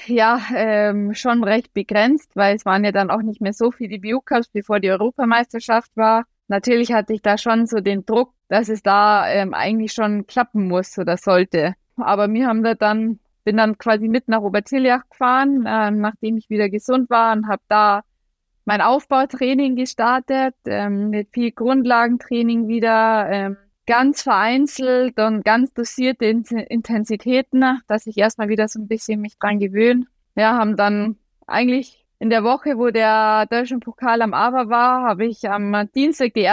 schon recht begrenzt, weil es waren ja dann auch nicht mehr so viele EBU Cups, bevor die Europameisterschaft war. Natürlich hatte ich da schon so den Druck, dass es da eigentlich schon klappen muss oder sollte. Aber wir haben bin dann quasi mit nach Obertiljach gefahren, nachdem ich wieder gesund war und habe da mein Aufbautraining gestartet, mit viel Grundlagentraining wieder, ganz vereinzelt und ganz dosierte Intensitäten, dass ich erstmal wieder so ein bisschen mich dran gewöhne. Ja, haben dann eigentlich in der Woche, wo der Deutschlandpokal am Aber war, habe ich am Dienstag die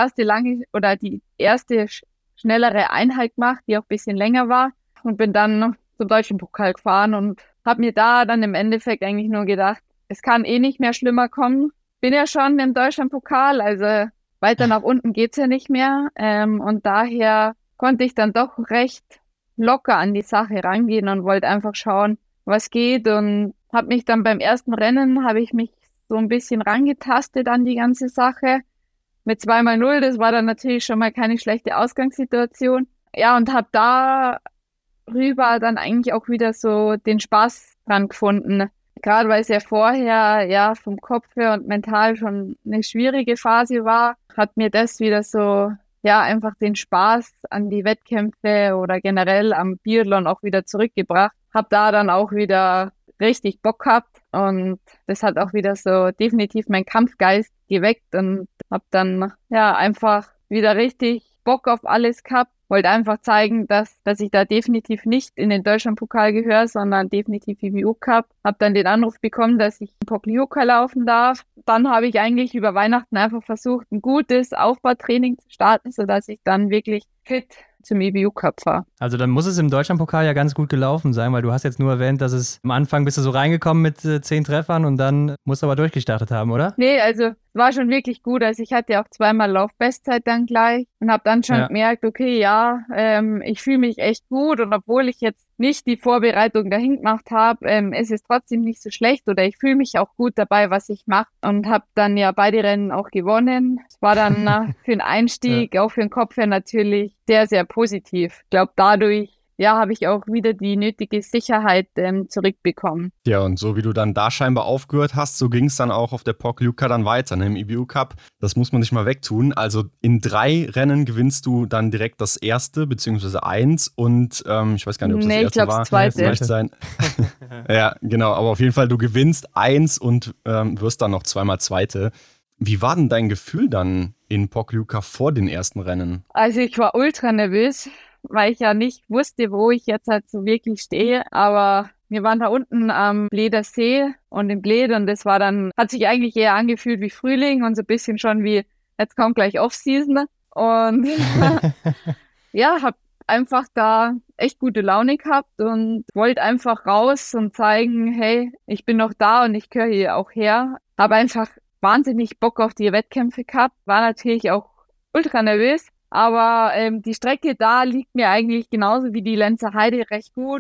erste schnellere Einheit gemacht, die auch ein bisschen länger war und bin dann zum Deutschlandpokal gefahren und habe mir da dann im Endeffekt eigentlich nur gedacht, es kann nicht mehr schlimmer kommen. Bin ja schon im Deutschlandpokal, also weiter nach unten geht's ja nicht mehr. Und daher konnte ich dann doch recht locker an die Sache rangehen und wollte einfach schauen, was geht. Und habe mich dann beim ersten Rennen, habe ich mich so ein bisschen rangetastet an die ganze Sache. Mit 2x0, das war dann natürlich schon mal keine schlechte Ausgangssituation. Ja, und habe da rüber dann eigentlich auch wieder so den Spaß dran gefunden. Gerade weil es ja vorher vom Kopf her und mental schon eine schwierige Phase war, hat mir das wieder so einfach den Spaß an die Wettkämpfe oder generell am Biathlon auch wieder zurückgebracht. Hab da dann auch wieder richtig Bock gehabt und das hat auch wieder so definitiv meinen Kampfgeist geweckt und hab dann einfach wieder richtig Bock auf alles gehabt. Wollte einfach zeigen, dass ich da definitiv nicht in den Deutschlandpokal gehöre, sondern definitiv EBU Cup. Hab dann den Anruf bekommen, dass ich Pokljuka laufen darf. Dann habe ich eigentlich über Weihnachten einfach versucht, ein gutes Aufbautraining zu starten, sodass ich dann wirklich fit zum EBU Cup fahre. Also dann muss es im Deutschlandpokal ja ganz gut gelaufen sein, weil du hast jetzt nur erwähnt, dass es am Anfang bist du so reingekommen mit 10 Treffern und dann musst du aber durchgestartet haben, oder? Nee, also war schon wirklich gut. Also ich hatte auch 2-mal Laufbestzeit dann gleich und habe dann schon gemerkt, okay, ich fühle mich echt gut und obwohl ich jetzt nicht die Vorbereitung dahin gemacht habe, ist es trotzdem nicht so schlecht oder ich fühle mich auch gut dabei, was ich mache und habe dann beide Rennen auch gewonnen. Es war dann für den Einstieg, auch für den Kopf her natürlich sehr, sehr positiv. Ich glaube, dadurch habe ich auch wieder die nötige Sicherheit zurückbekommen. Ja, und so wie du dann da scheinbar aufgehört hast, so ging es dann auch auf der Pokljuka dann weiter, ne, im EBU Cup. Das muss man nicht mal wegtun. Also in 3 Rennen gewinnst du dann direkt das erste, beziehungsweise 1 und ich weiß gar nicht, ob es das erste war. Das zweite. Vielleicht sein. Ja, genau, aber auf jeden Fall, du gewinnst 1 und wirst dann noch 2-mal Zweite. Wie war denn dein Gefühl dann in Pokljuka vor den ersten Rennen? Also ich war ultra nervös, weil ich ja nicht wusste, wo ich jetzt halt so wirklich stehe. Aber wir waren da unten am Bleder See und im Bled und das war dann, hat sich eigentlich eher angefühlt wie Frühling und so ein bisschen schon wie, jetzt kommt gleich Off-Season. Und hab einfach da echt gute Laune gehabt und wollte einfach raus und zeigen, hey, ich bin noch da und ich gehöre hier auch her. Habe einfach wahnsinnig Bock auf die Wettkämpfe gehabt, war natürlich auch ultra nervös, aber die Strecke da liegt mir eigentlich genauso wie die Lenzer Heide recht gut.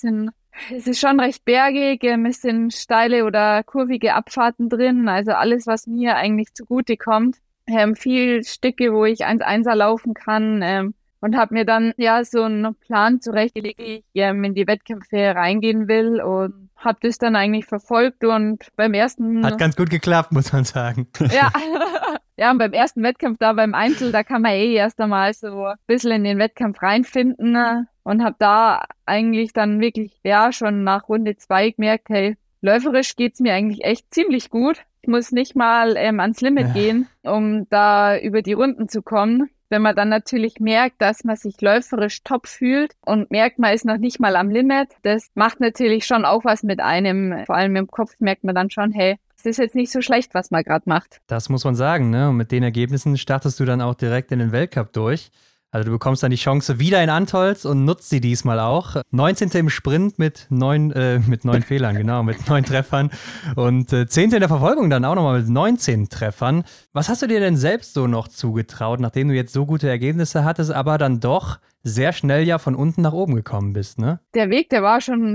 Es ist schon recht bergig, ein bisschen steile oder kurvige Abfahrten drin, also alles, was mir eigentlich zugute kommt. Viel Stücke, wo ich 1-1er laufen kann und habe mir dann ja so einen Plan zurechtgelegt, wie ich in die Wettkämpfe reingehen will und habe das dann eigentlich verfolgt und beim ersten... Hat ganz gut geklappt, muss man sagen. Ja, ja, und beim ersten Wettkampf da beim Einzel, da kann man erst einmal so ein bisschen in den Wettkampf reinfinden und habe da eigentlich dann wirklich, ja, schon nach Runde 2 gemerkt, hey, läuferisch geht's mir eigentlich echt ziemlich gut. Ich muss nicht mal ans Limit gehen, um da über die Runden zu kommen. Wenn man dann natürlich merkt, dass man sich läuferisch top fühlt und merkt, man ist noch nicht mal am Limit, das macht natürlich schon auch was mit einem. Vor allem im Kopf merkt man dann schon, hey, es ist jetzt nicht so schlecht, was man gerade macht. Das muss man sagen, ne? Und mit den Ergebnissen startest du dann auch direkt in den Weltcup durch. Also du bekommst dann die Chance wieder in Antholz und nutzt sie diesmal auch. 19. im Sprint mit 9 Fehlern, genau, mit 9 Treffern. Und 10. in der Verfolgung dann auch nochmal mit 19 Treffern. Was hast du dir denn selbst so noch zugetraut, nachdem du jetzt so gute Ergebnisse hattest, aber dann doch sehr schnell ja von unten nach oben gekommen bist, ne? Der Weg, der war schon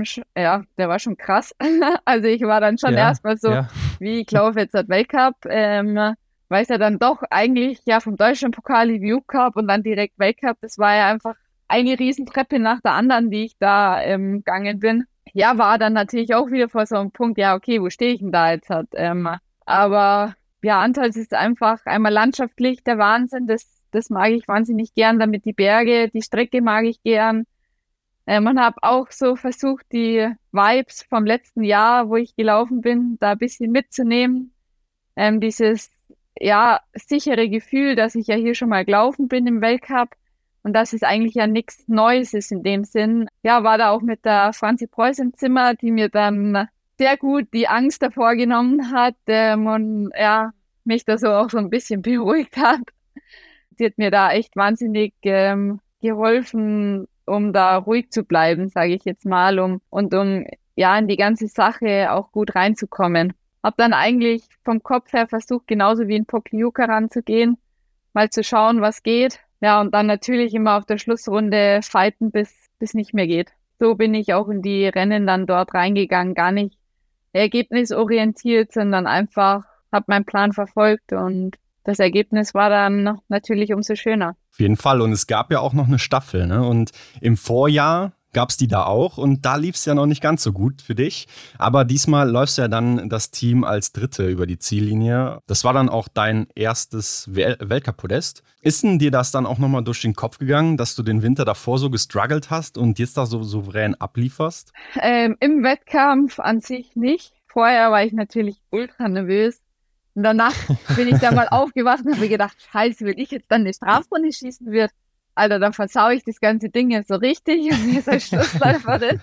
krass. Also ich war dann schon erstmal so, wie ich laufe jetzt das Weltcup, weil es ja dann doch eigentlich ja vom Deutschlandpokal, IBU Cup und dann direkt Weltcup, das war ja einfach eine Riesentreppe nach der anderen, die ich da gegangen bin. Ja, war dann natürlich auch wieder vor so einem Punkt, ja okay, wo stehe ich denn da jetzt? Aber ja, Antholz ist einfach einmal landschaftlich der Wahnsinn, das mag ich wahnsinnig gern, damit die Berge, die Strecke mag ich gern. Man hat auch so versucht, die Vibes vom letzten Jahr, wo ich gelaufen bin, da ein bisschen mitzunehmen. Dieses sichere Gefühl, dass ich ja hier schon mal gelaufen bin im Weltcup und dass es eigentlich ja nichts Neues ist in dem Sinn. Ja, war da auch mit der Franzi Preuß im Zimmer, die mir dann sehr gut die Angst davor genommen hat und mich da so auch so ein bisschen beruhigt hat. Die hat mir da echt wahnsinnig geholfen, um da ruhig zu bleiben, sage ich jetzt mal, um in die ganze Sache auch gut reinzukommen. Hab dann eigentlich vom Kopf her versucht, genauso wie in Pokljuka ranzugehen, mal zu schauen, was geht. Ja, und dann natürlich immer auf der Schlussrunde fighten, bis nicht mehr geht. So bin ich auch in die Rennen dann dort reingegangen, gar nicht ergebnisorientiert, sondern einfach habe meinen Plan verfolgt und das Ergebnis war dann natürlich umso schöner. Auf jeden Fall. Und es gab ja auch noch eine Staffel, ne? Und im Vorjahr gab es die da auch und da lief es ja noch nicht ganz so gut für dich. Aber diesmal läufst du ja dann das Team als Dritte über die Ziellinie. Das war dann auch dein erstes Weltcup-Podest. Ist denn dir das dann auch nochmal durch den Kopf gegangen, dass du den Winter davor so gestruggelt hast und jetzt da so souverän ablieferst? Im Wettkampf an sich nicht. Vorher war ich natürlich ultra nervös. Und danach bin ich da mal aufgewacht und habe mir gedacht, scheiße, wenn ich jetzt dann eine Strafrunde schießen würde, Alter, dann versau ich das ganze Ding jetzt so richtig und mir ist ein Schlussläuferin.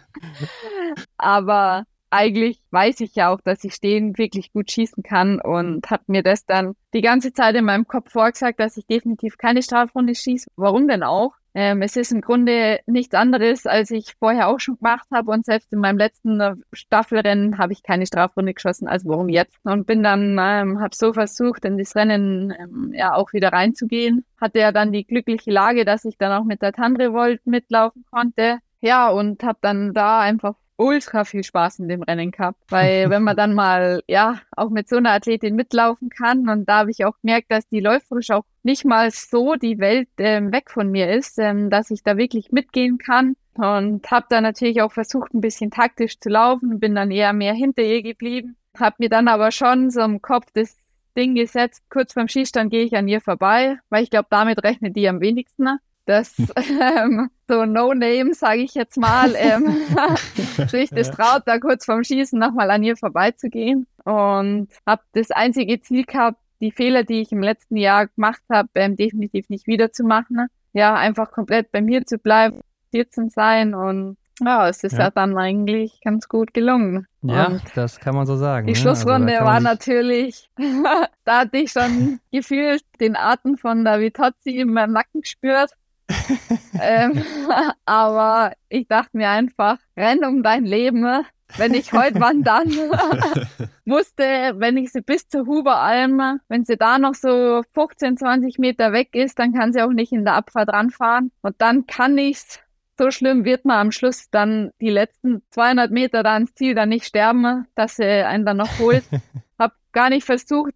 Aber eigentlich weiß ich ja auch, dass ich stehen wirklich gut schießen kann und habe mir das dann die ganze Zeit in meinem Kopf vorgesagt, dass ich definitiv keine Strafrunde schieße. Warum denn auch? Es ist im Grunde nichts anderes, als ich vorher auch schon gemacht habe und selbst in meinem letzten Staffelrennen habe ich keine Strafrunde geschossen, also warum jetzt? Und bin dann, habe so versucht, in das Rennen auch wieder reinzugehen. Hatte ja dann die glückliche Lage, dass ich dann auch mit der Tandrevolt mitlaufen konnte. Ja, und habe dann da einfach ultra viel Spaß in dem Rennen gehabt, weil wenn man dann mal auch mit so einer Athletin mitlaufen kann und da habe ich auch gemerkt, dass die läuferisch auch nicht mal so die Welt weg von mir ist, dass ich da wirklich mitgehen kann und habe dann natürlich auch versucht, ein bisschen taktisch zu laufen, bin dann eher mehr hinter ihr geblieben, habe mir dann aber schon so im Kopf das Ding gesetzt, kurz vorm Schießstand gehe ich an ihr vorbei, weil ich glaube, damit rechnet die am wenigsten. Das so No-Name, sage ich jetzt mal, sich das traut, da kurz vorm Schießen nochmal an ihr vorbeizugehen und habe das einzige Ziel gehabt, die Fehler, die ich im letzten Jahr gemacht habe, definitiv nicht wieder zu machen. Ja, einfach komplett bei mir zu bleiben, hier zu sein und es ist ja dann eigentlich ganz gut gelungen. Ja, und das kann man so sagen. Die Schlussrunde war natürlich, da hatte ich schon gefühlt den Atem von der Vitozzi in meinem Nacken gespürt. Aber ich dachte mir einfach, renn um dein Leben. Wenn ich heute wandern musste, wenn ich sie bis zur Huberalm, wenn sie da noch so 15, 20 Meter weg ist, dann kann sie auch nicht in der Abfahrt ranfahren. Und dann kann ich's. So schlimm wird man am Schluss dann die letzten 200 Meter da ans Ziel dann nicht sterben, dass sie einen dann noch holt. Hab gar nicht versucht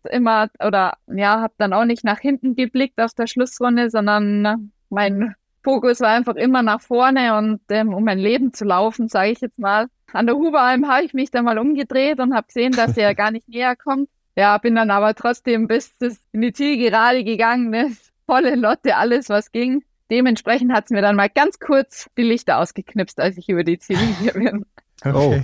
hab dann auch nicht nach hinten geblickt aus der Schlussrunde, sondern mein Fokus war einfach immer nach vorne und um mein Leben zu laufen, sage ich jetzt mal. An der Huberalm habe ich mich dann mal umgedreht und habe gesehen, dass er gar nicht näher kommt. Ja, bin dann aber trotzdem bis in die Zielgerade gegangen, ne? Volle Lotte, alles was ging. Dementsprechend hat es mir dann mal ganz kurz die Lichter ausgeknipst, als ich über die Ziellinie bin. Okay.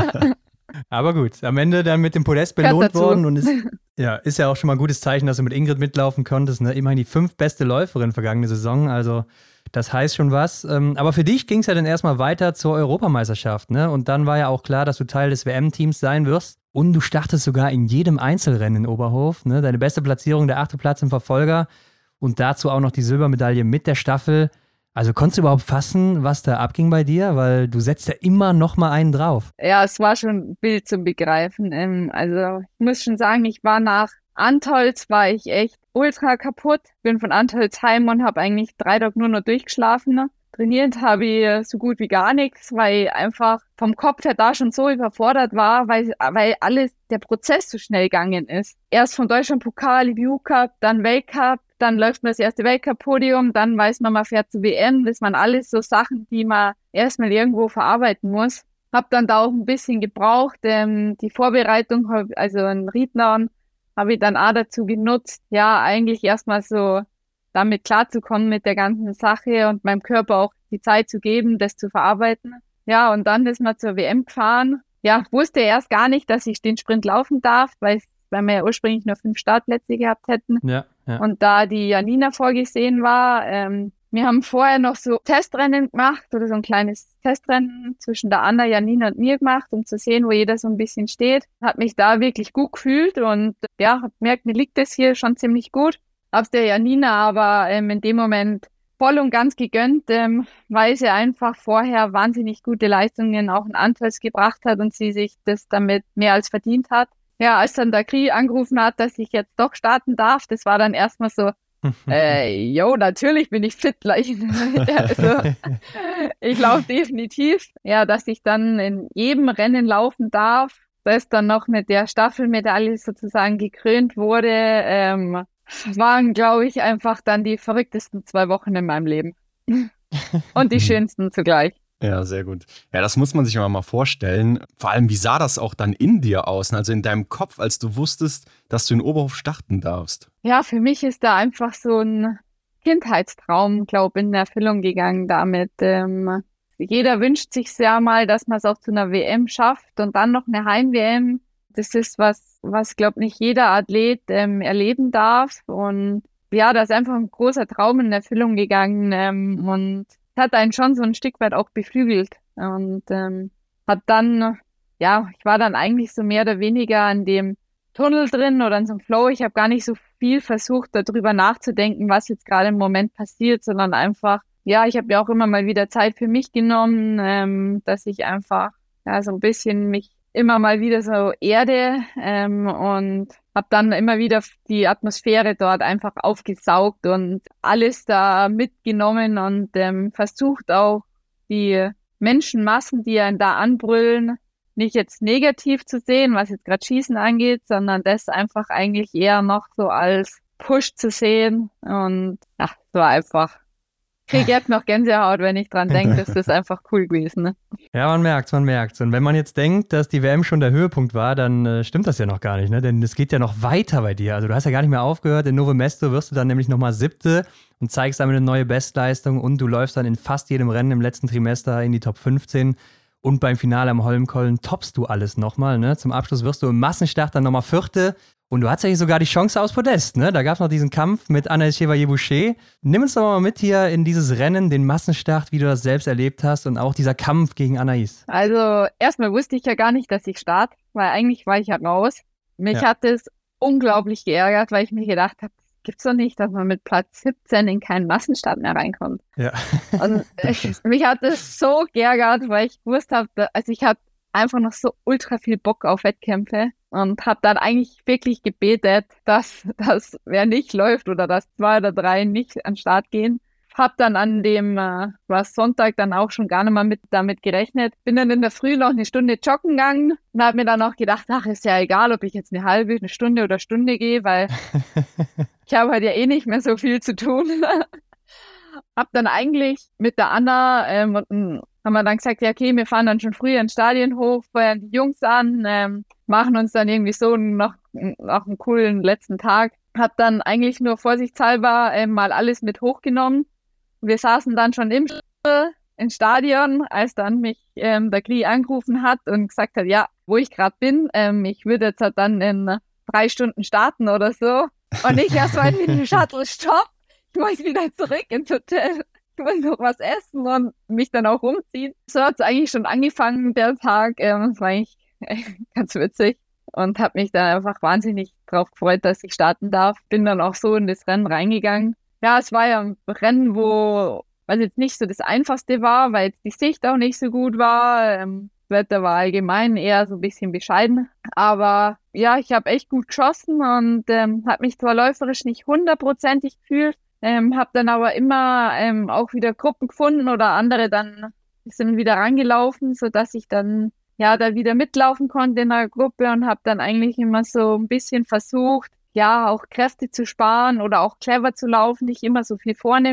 Aber gut, am Ende dann mit dem Podest belohnt worden und ist ja auch schon mal ein gutes Zeichen, dass du mit Ingrid mitlaufen konntest. Ne? Immerhin die 5. beste Läuferin vergangene Saison, also das heißt schon was. Aber für dich ging es ja dann erstmal weiter zur Europameisterschaft, ne? Und dann war ja auch klar, dass du Teil des WM-Teams sein wirst. Und du startest sogar in jedem Einzelrennen in Oberhof. Ne? Deine beste Platzierung, der 8. Platz im Verfolger. Und dazu auch noch die Silbermedaille mit der Staffel. Also konntest du überhaupt fassen, was da abging bei dir? Weil du setzt ja immer noch mal einen drauf. Ja, es war schon wild zum Begreifen. Also ich muss schon sagen, ich war nach Antholz, war ich echt ultra kaputt. Bin von Antholz heim und habe eigentlich 3 Tage nur noch durchgeschlafen. Ne? Trainiert habe ich so gut wie gar nichts, weil ich einfach vom Kopf her da schon so überfordert war, weil der Prozess so schnell gegangen ist. Erst von Deutschlandpokal, IBU Cup, dann Weltcup, dann läuft man das erste Weltcup-Podium, dann weiß man fährt zu WM. Das waren alles so Sachen, die man erstmal irgendwo verarbeiten muss. Hab dann da auch ein bisschen gebraucht. Die Vorbereitung, also in Riednauen, habe ich dann auch dazu genutzt, ja, eigentlich erstmal so damit klarzukommen mit der ganzen Sache und meinem Körper auch die Zeit zu geben, das zu verarbeiten. Ja, und dann ist man zur WM gefahren. Ja, wusste erst gar nicht, dass ich den Sprint laufen darf, weil wir ja ursprünglich nur 5 Startplätze gehabt hätten. Ja. Und da die Janina vorgesehen war, wir haben vorher noch so Testrennen gemacht oder so ein kleines Testrennen zwischen der Anna, Janina und mir gemacht, um zu sehen, wo jeder so ein bisschen steht. Hat mich da wirklich gut gefühlt und ja, hab gemerkt, mir liegt das hier schon ziemlich gut. Hab's der Janina aber in dem Moment voll und ganz gegönnt, weil sie einfach vorher wahnsinnig gute Leistungen auch in Antholz gebracht hat und sie sich das damit mehr als verdient hat. Ja, als dann der Kri angerufen hat, dass ich jetzt doch starten darf, das war dann erstmal so, natürlich bin ich fit. Also, ich laufe definitiv. Ja, dass ich dann in jedem Rennen laufen darf, das dann noch mit der Staffelmedaille sozusagen gekrönt wurde, waren, glaube ich, einfach dann die verrücktesten 2 Wochen in meinem Leben. Und die schönsten zugleich. Ja, sehr gut. Ja, das muss man sich mal vorstellen. Vor allem, wie sah das auch dann in dir aus? Also in deinem Kopf, als du wusstest, dass du in Oberhof starten darfst? Ja, für mich ist da einfach so ein Kindheitstraum, glaube ich, in Erfüllung gegangen damit. Jeder wünscht sich ja mal, dass man es auch zu einer WM schafft und dann noch eine Heim-WM. Das ist was glaube nicht jeder Athlet erleben darf. Und ja, da ist einfach ein großer Traum in Erfüllung gegangen und hat einen schon so ein Stück weit auch beflügelt und hat dann, ja, ich war dann eigentlich so mehr oder weniger an dem Tunnel drin oder in so einem Flow. Ich habe gar nicht so viel versucht, darüber nachzudenken, was jetzt gerade im Moment passiert, sondern einfach, ja, ich habe ja auch immer mal wieder Zeit für mich genommen, dass ich einfach ja so ein bisschen mich immer mal wieder so erde und habe dann immer wieder die Atmosphäre dort einfach aufgesaugt und alles da mitgenommen und versucht auch die Menschenmassen, die einen da anbrüllen, nicht jetzt negativ zu sehen, was jetzt gerade Schießen angeht, sondern das einfach eigentlich eher noch so als Push zu sehen und ja, so einfach. Ich kriege jetzt noch Gänsehaut, wenn ich dran denke, das ist einfach cool gewesen. Ne? Ja, man merkt's. Und wenn man jetzt denkt, dass die WM schon der Höhepunkt war, dann stimmt das ja noch gar nicht, ne? Denn es geht ja noch weiter bei dir. Also du hast ja gar nicht mehr aufgehört. In Novo Mesto wirst du dann nämlich nochmal 7. und zeigst damit eine neue Bestleistung und du läufst dann in fast jedem Rennen im letzten Trimester in die Top 15 und beim Finale am Holmenkollen toppst du alles nochmal, ne? Zum Abschluss wirst du im Massenstart dann nochmal 4. Und du hattest ja sogar die Chance aufs Podest, ne? Da gab es noch diesen Kampf mit Anaïs Chevalier-Boucher. Nimm uns doch mal mit hier in dieses Rennen, den Massenstart, wie du das selbst erlebt hast und auch dieser Kampf gegen Anaïs. Also erstmal wusste ich ja gar nicht, dass ich starte, weil eigentlich war ich ja raus. Mich hat es unglaublich geärgert, weil ich mir gedacht habe, das gibt's doch nicht, dass man mit Platz 17 in keinen Massenstart mehr reinkommt. Ja. Und mich hat das so geärgert, weil ich gewusst habe, also ich hatte einfach noch so ultra viel Bock auf Wettkämpfe und habe dann eigentlich wirklich gebetet, dass das wer nicht läuft oder dass 2 oder 3 nicht an den Start gehen. Hab dann an dem, war Sonntag, dann auch schon gar nicht mehr damit gerechnet. Bin dann in der Früh noch eine Stunde joggen gegangen und habe mir dann auch gedacht, ach, ist ja egal, ob ich jetzt eine Stunde oder Stunde gehe, weil ich habe halt ja eh nicht mehr so viel zu tun. Hab dann eigentlich mit der Anna haben wir dann gesagt, ja okay, wir fahren dann schon früh ins Stadion hoch, feuern die Jungs an, machen uns dann irgendwie so noch einen coolen letzten Tag. Hab dann eigentlich nur vorsichtshalber mal alles mit hochgenommen. Wir saßen dann schon im Stadion, als dann mich der Kli angerufen hat und gesagt hat, ja, wo ich gerade bin, ich würde jetzt halt dann in 3 Stunden starten oder so. Und ich erst mal in den Shuttle, stopp, ich muss wieder zurück ins Hotel. Ich muss noch was essen und mich dann auch umziehen. So hat es eigentlich schon angefangen, der Tag. Das war eigentlich ganz witzig und habe mich da einfach wahnsinnig drauf gefreut, dass ich starten darf. Bin dann auch so in das Rennen reingegangen. Ja, es war ja ein Rennen, was jetzt nicht so das Einfachste war, weil jetzt die Sicht auch nicht so gut war. Das Wetter war allgemein eher so ein bisschen bescheiden. Aber ja, ich habe echt gut geschossen und habe mich zwar läuferisch nicht 100%ig gefühlt, habe dann aber immer auch wieder Gruppen gefunden oder andere dann sind wieder rangelaufen, sodass ich dann ja da wieder mitlaufen konnte in der Gruppe und habe dann eigentlich immer so ein bisschen versucht, ja, auch Kräfte zu sparen oder auch clever zu laufen, nicht immer so viel vorne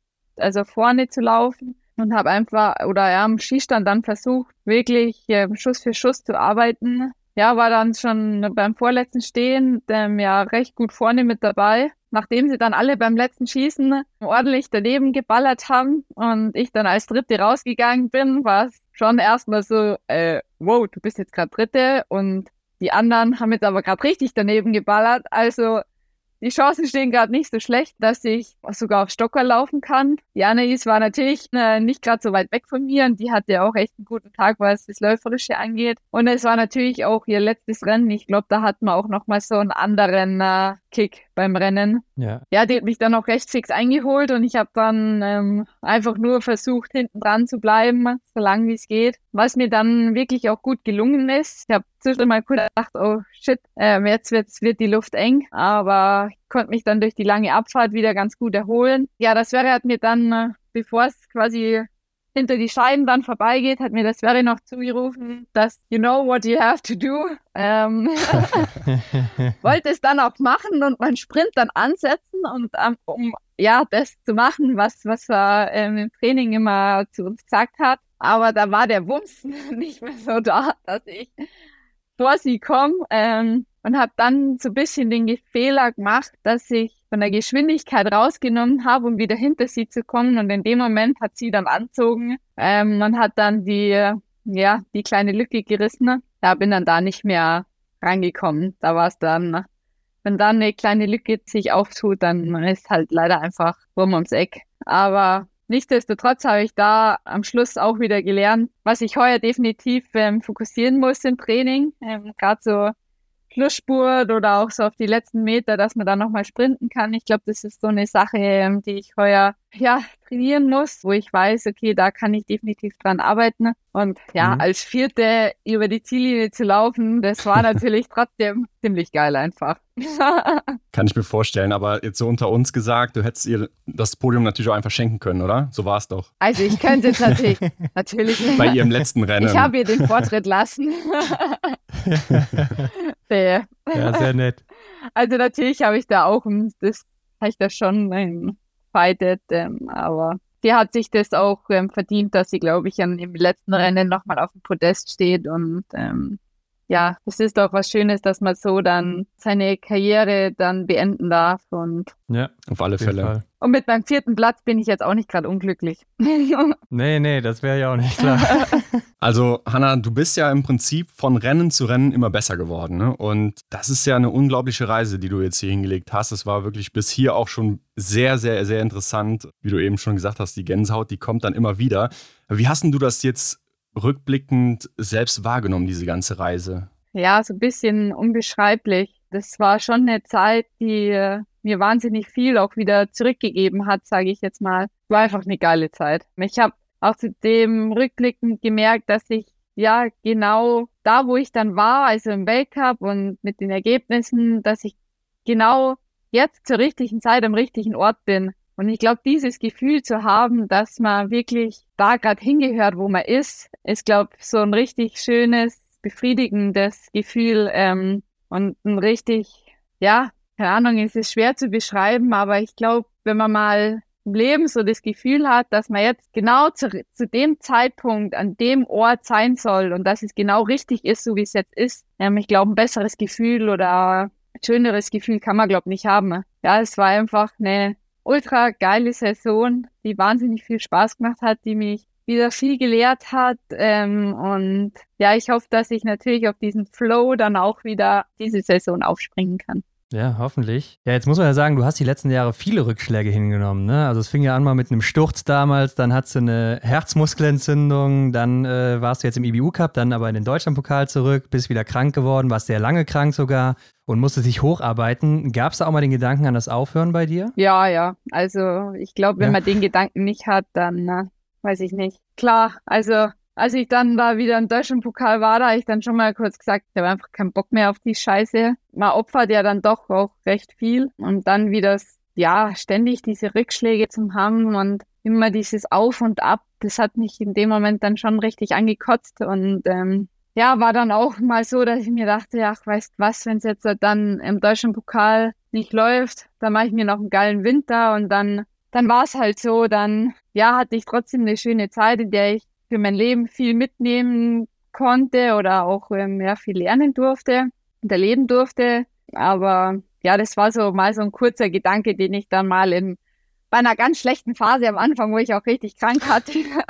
zu laufen und habe einfach oder ja am Schießstand dann versucht, wirklich Schuss für Schuss zu arbeiten. Ja, war dann schon beim vorletzten Stehen ja recht gut vorne mit dabei. Nachdem sie dann alle beim letzten Schießen ordentlich daneben geballert haben und ich dann als Dritte rausgegangen bin, war es schon erstmal so, wow, du bist jetzt gerade Dritte und die anderen haben jetzt aber gerade richtig daneben geballert. Also die Chancen stehen gerade nicht so schlecht, dass ich sogar auf Stocker laufen kann. Die Anais war natürlich nicht gerade so weit weg von mir und die hatte auch echt einen guten Tag, was das Läuferische angeht. Und es war natürlich auch ihr letztes Rennen. Ich glaube, da hatten wir auch nochmal so einen anderen Kick beim Rennen. Ja, die hat mich dann auch recht fix eingeholt und ich habe dann einfach nur versucht, hinten dran zu bleiben, so lange wie es geht. Was mir dann wirklich auch gut gelungen ist. Ich habe zwischendurch mal kurz gedacht, oh shit, jetzt wird die Luft eng, aber ich konnte mich dann durch die lange Abfahrt wieder ganz gut erholen. Ja, das Sverre hat mir dann, bevor es quasi hinter die Scheiben dann vorbeigeht, hat mir das Sverre noch zugerufen, dass you know what you have to do. Wollte es dann auch machen und meinen Sprint dann ansetzen und um das zu machen, was er im Training immer zu uns gesagt hat. Aber da war der Wumms nicht mehr so da, dass ich vor sie komme und habe dann so ein bisschen den Fehler gemacht, dass ich von der Geschwindigkeit rausgenommen habe, um wieder hinter sie zu kommen und in dem Moment hat sie dann anzogen und hat dann die kleine Lücke gerissen. Da bin dann da nicht mehr reingekommen. Da war es dann, wenn dann eine kleine Lücke sich auftut, dann ist halt leider einfach rum ums Eck. Aber nichtsdestotrotz habe ich da am Schluss auch wieder gelernt, was ich heuer definitiv fokussieren muss im Training. Gerade so Schlussspurt oder auch so auf die letzten Meter, dass man da nochmal sprinten kann. Ich glaube, das ist so eine Sache, die ich heuer trainieren muss, wo ich weiß, okay, da kann ich definitiv dran arbeiten. Und als Vierte über die Ziellinie zu laufen, das war natürlich trotzdem ziemlich geil einfach. Kann ich mir vorstellen, aber jetzt so unter uns gesagt, du hättest ihr das Podium natürlich auch einfach schenken können, oder? So war es doch. Also ich könnte es natürlich bei ihrem letzten Rennen. Ich habe ihr den Vortritt lassen. Ja, sehr nett. Also natürlich habe ich da auch, das habe ich da schon fightet, aber sie hat sich das auch verdient, dass sie, glaube ich, im letzten Rennen nochmal auf dem Podest steht und es ist auch was Schönes, dass man so dann seine Karriere dann beenden darf und ja, auf alle Fälle. Und mit meinem 4. Platz bin ich jetzt auch nicht gerade unglücklich. Nee, das wäre ja auch nicht klar. Also Hanna, du bist ja im Prinzip von Rennen zu Rennen immer besser geworden, ne? Und das ist ja eine unglaubliche Reise, die du jetzt hier hingelegt hast. Es war wirklich bis hier auch schon sehr, sehr, sehr interessant. Wie du eben schon gesagt hast, die Gänsehaut, die kommt dann immer wieder. Wie hast denn du das jetzt rückblickend selbst wahrgenommen, diese ganze Reise? Ja, so ein bisschen unbeschreiblich. Das war schon eine Zeit, die mir wahnsinnig viel auch wieder zurückgegeben hat, sage ich jetzt mal. War einfach eine geile Zeit. Ich habe auch zu dem rückblickend gemerkt, dass ich ja genau da, wo ich dann war, also im Weltcup und mit den Ergebnissen, dass ich genau jetzt zur richtigen Zeit am richtigen Ort bin. Und ich glaube, dieses Gefühl zu haben, dass man wirklich da gerade hingehört, wo man ist, glaube ich, so ein richtig schönes, befriedigendes Gefühl und ein richtig, ja, keine Ahnung, es ist schwer zu beschreiben, aber ich glaube, wenn man mal im Leben so das Gefühl hat, dass man jetzt genau zu dem Zeitpunkt an dem Ort sein soll und dass es genau richtig ist, so wie es jetzt ist, ich glaube, ein besseres Gefühl oder ein schöneres Gefühl kann man, glaube ich, nicht haben. Ja, es war einfach eine ultra geile Saison, die wahnsinnig viel Spaß gemacht hat, die mich wieder viel gelehrt hat. Und ja, ich hoffe, dass ich natürlich auf diesen Flow dann auch wieder diese Saison aufspringen kann. Ja, hoffentlich. Ja, jetzt muss man ja sagen, du hast die letzten Jahre viele Rückschläge hingenommen, ne? Also es fing ja an mal mit einem Sturz damals, dann hattest du eine Herzmuskelentzündung, dann warst du jetzt im IBU-Cup, dann aber in den Deutschlandpokal zurück, bist wieder krank geworden, warst sehr lange krank sogar und musstest dich hocharbeiten. Gab es da auch mal den Gedanken an das Aufhören bei dir? Ja. Also ich glaube, wenn man den Gedanken nicht hat, dann weiß ich nicht. Klar, also als ich dann da wieder im Deutschlandpokal war, da habe ich dann schon mal kurz gesagt, ich habe einfach keinen Bock mehr auf die Scheiße. Man opfert ja dann doch auch recht viel und dann wieder, ständig diese Rückschläge zu haben und immer dieses Auf und Ab, das hat mich in dem Moment dann schon richtig angekotzt und war dann auch mal so, dass ich mir dachte, weißt was, wenn es jetzt dann im Deutschlandpokal nicht läuft, dann mache ich mir noch einen geilen Winter und dann war es halt so, dann hatte ich trotzdem eine schöne Zeit, in der ich für mein Leben viel mitnehmen konnte oder auch viel lernen durfte und erleben durfte. Aber das war so mal so ein kurzer Gedanke, den ich dann mal bei einer ganz schlechten Phase am Anfang, wo ich auch richtig krank hatte.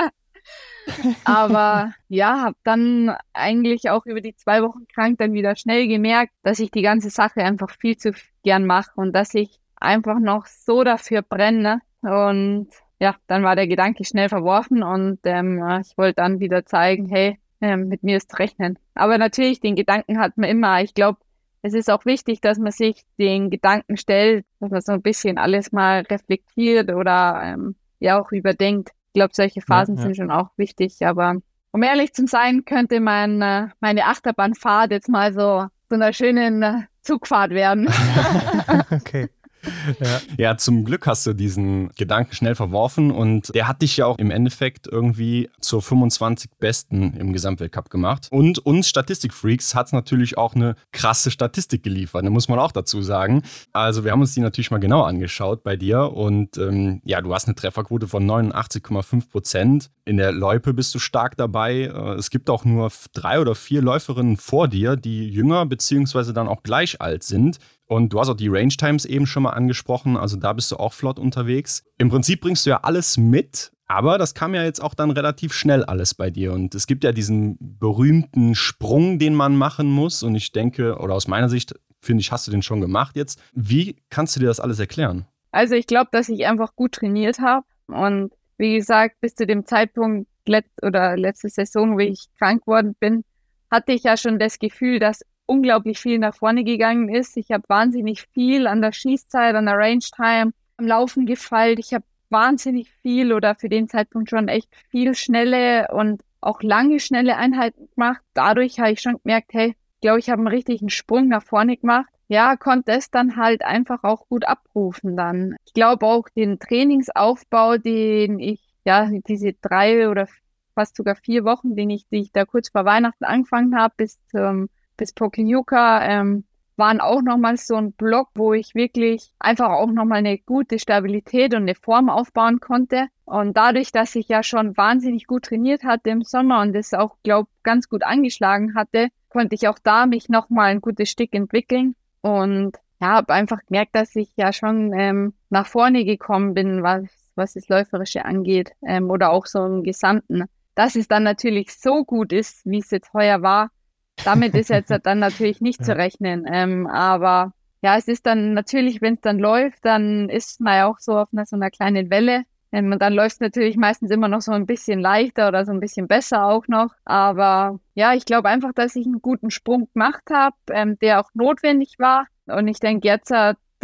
Aber habe dann eigentlich auch über die 2 Wochen krank dann wieder schnell gemerkt, dass ich die ganze Sache einfach viel zu gern mache und dass ich einfach noch so dafür brenne. Und dann war der Gedanke schnell verworfen und ich wollte dann wieder zeigen, hey, mit mir ist zu rechnen. Aber natürlich, den Gedanken hat man immer. Ich glaube, es ist auch wichtig, dass man sich den Gedanken stellt, dass man so ein bisschen alles mal reflektiert oder auch überdenkt. Ich glaube, solche Phasen sind schon auch wichtig. Aber um ehrlich zu sein, könnte meine Achterbahnfahrt jetzt mal so einer schönen Zugfahrt werden. Okay. Ja, zum Glück hast du diesen Gedanken schnell verworfen und der hat dich ja auch im Endeffekt irgendwie zur 25 Besten im Gesamtweltcup gemacht. Und uns Statistikfreaks hat es natürlich auch eine krasse Statistik geliefert, da muss man auch dazu sagen. Also wir haben uns die natürlich mal genau angeschaut bei dir und du hast eine Trefferquote von 89,5%. In der Loipe bist du stark dabei. Es gibt auch nur 3 oder 4 Läuferinnen vor dir, die jünger bzw. dann auch gleich alt sind. Und du hast auch die Range Times eben schon mal angesprochen, also da bist du auch flott unterwegs. Im Prinzip bringst du ja alles mit, aber das kam ja jetzt auch dann relativ schnell alles bei dir. Und es gibt ja diesen berühmten Sprung, den man machen muss. Und ich denke, oder aus meiner Sicht, finde ich, hast du den schon gemacht jetzt. Wie kannst du dir das alles erklären? Also ich glaube, dass ich einfach gut trainiert habe. Und wie gesagt, bis zu dem Zeitpunkt letzte Saison, wo ich krank geworden bin, hatte ich ja schon das Gefühl, dass unglaublich viel nach vorne gegangen ist. Ich habe wahnsinnig viel an der Schießzeit, an der Range Time am Laufen gefeilt. Ich habe wahnsinnig viel oder für den Zeitpunkt schon echt viel schnelle und auch lange schnelle Einheiten gemacht. Dadurch habe ich schon gemerkt, hey, ich glaube, ich habe einen richtigen Sprung nach vorne gemacht. Ja, konnte es dann halt einfach auch gut abrufen dann. Ich glaube auch den Trainingsaufbau, den ich, diese 3 oder fast sogar 4 Wochen, die ich da kurz vor Weihnachten angefangen habe, bis Pokljuka, waren auch nochmal so ein Block, wo ich wirklich einfach auch nochmal eine gute Stabilität und eine Form aufbauen konnte. Und dadurch, dass ich ja schon wahnsinnig gut trainiert hatte im Sommer und das auch, glaube ich, ganz gut angeschlagen hatte, konnte ich auch da mich nochmal ein gutes Stück entwickeln. Und habe einfach gemerkt, dass ich ja schon nach vorne gekommen bin, was das Läuferische angeht oder auch so im Gesamten. Dass es dann natürlich so gut ist, wie es jetzt heuer war, damit ist jetzt dann natürlich nicht zu rechnen. Aber es ist dann natürlich, wenn es dann läuft, dann ist man ja auch so auf so einer kleinen Welle. Und dann läuft es natürlich meistens immer noch so ein bisschen leichter oder so ein bisschen besser auch noch. Aber ich glaube einfach, dass ich einen guten Sprung gemacht habe, der auch notwendig war. Und ich denke jetzt,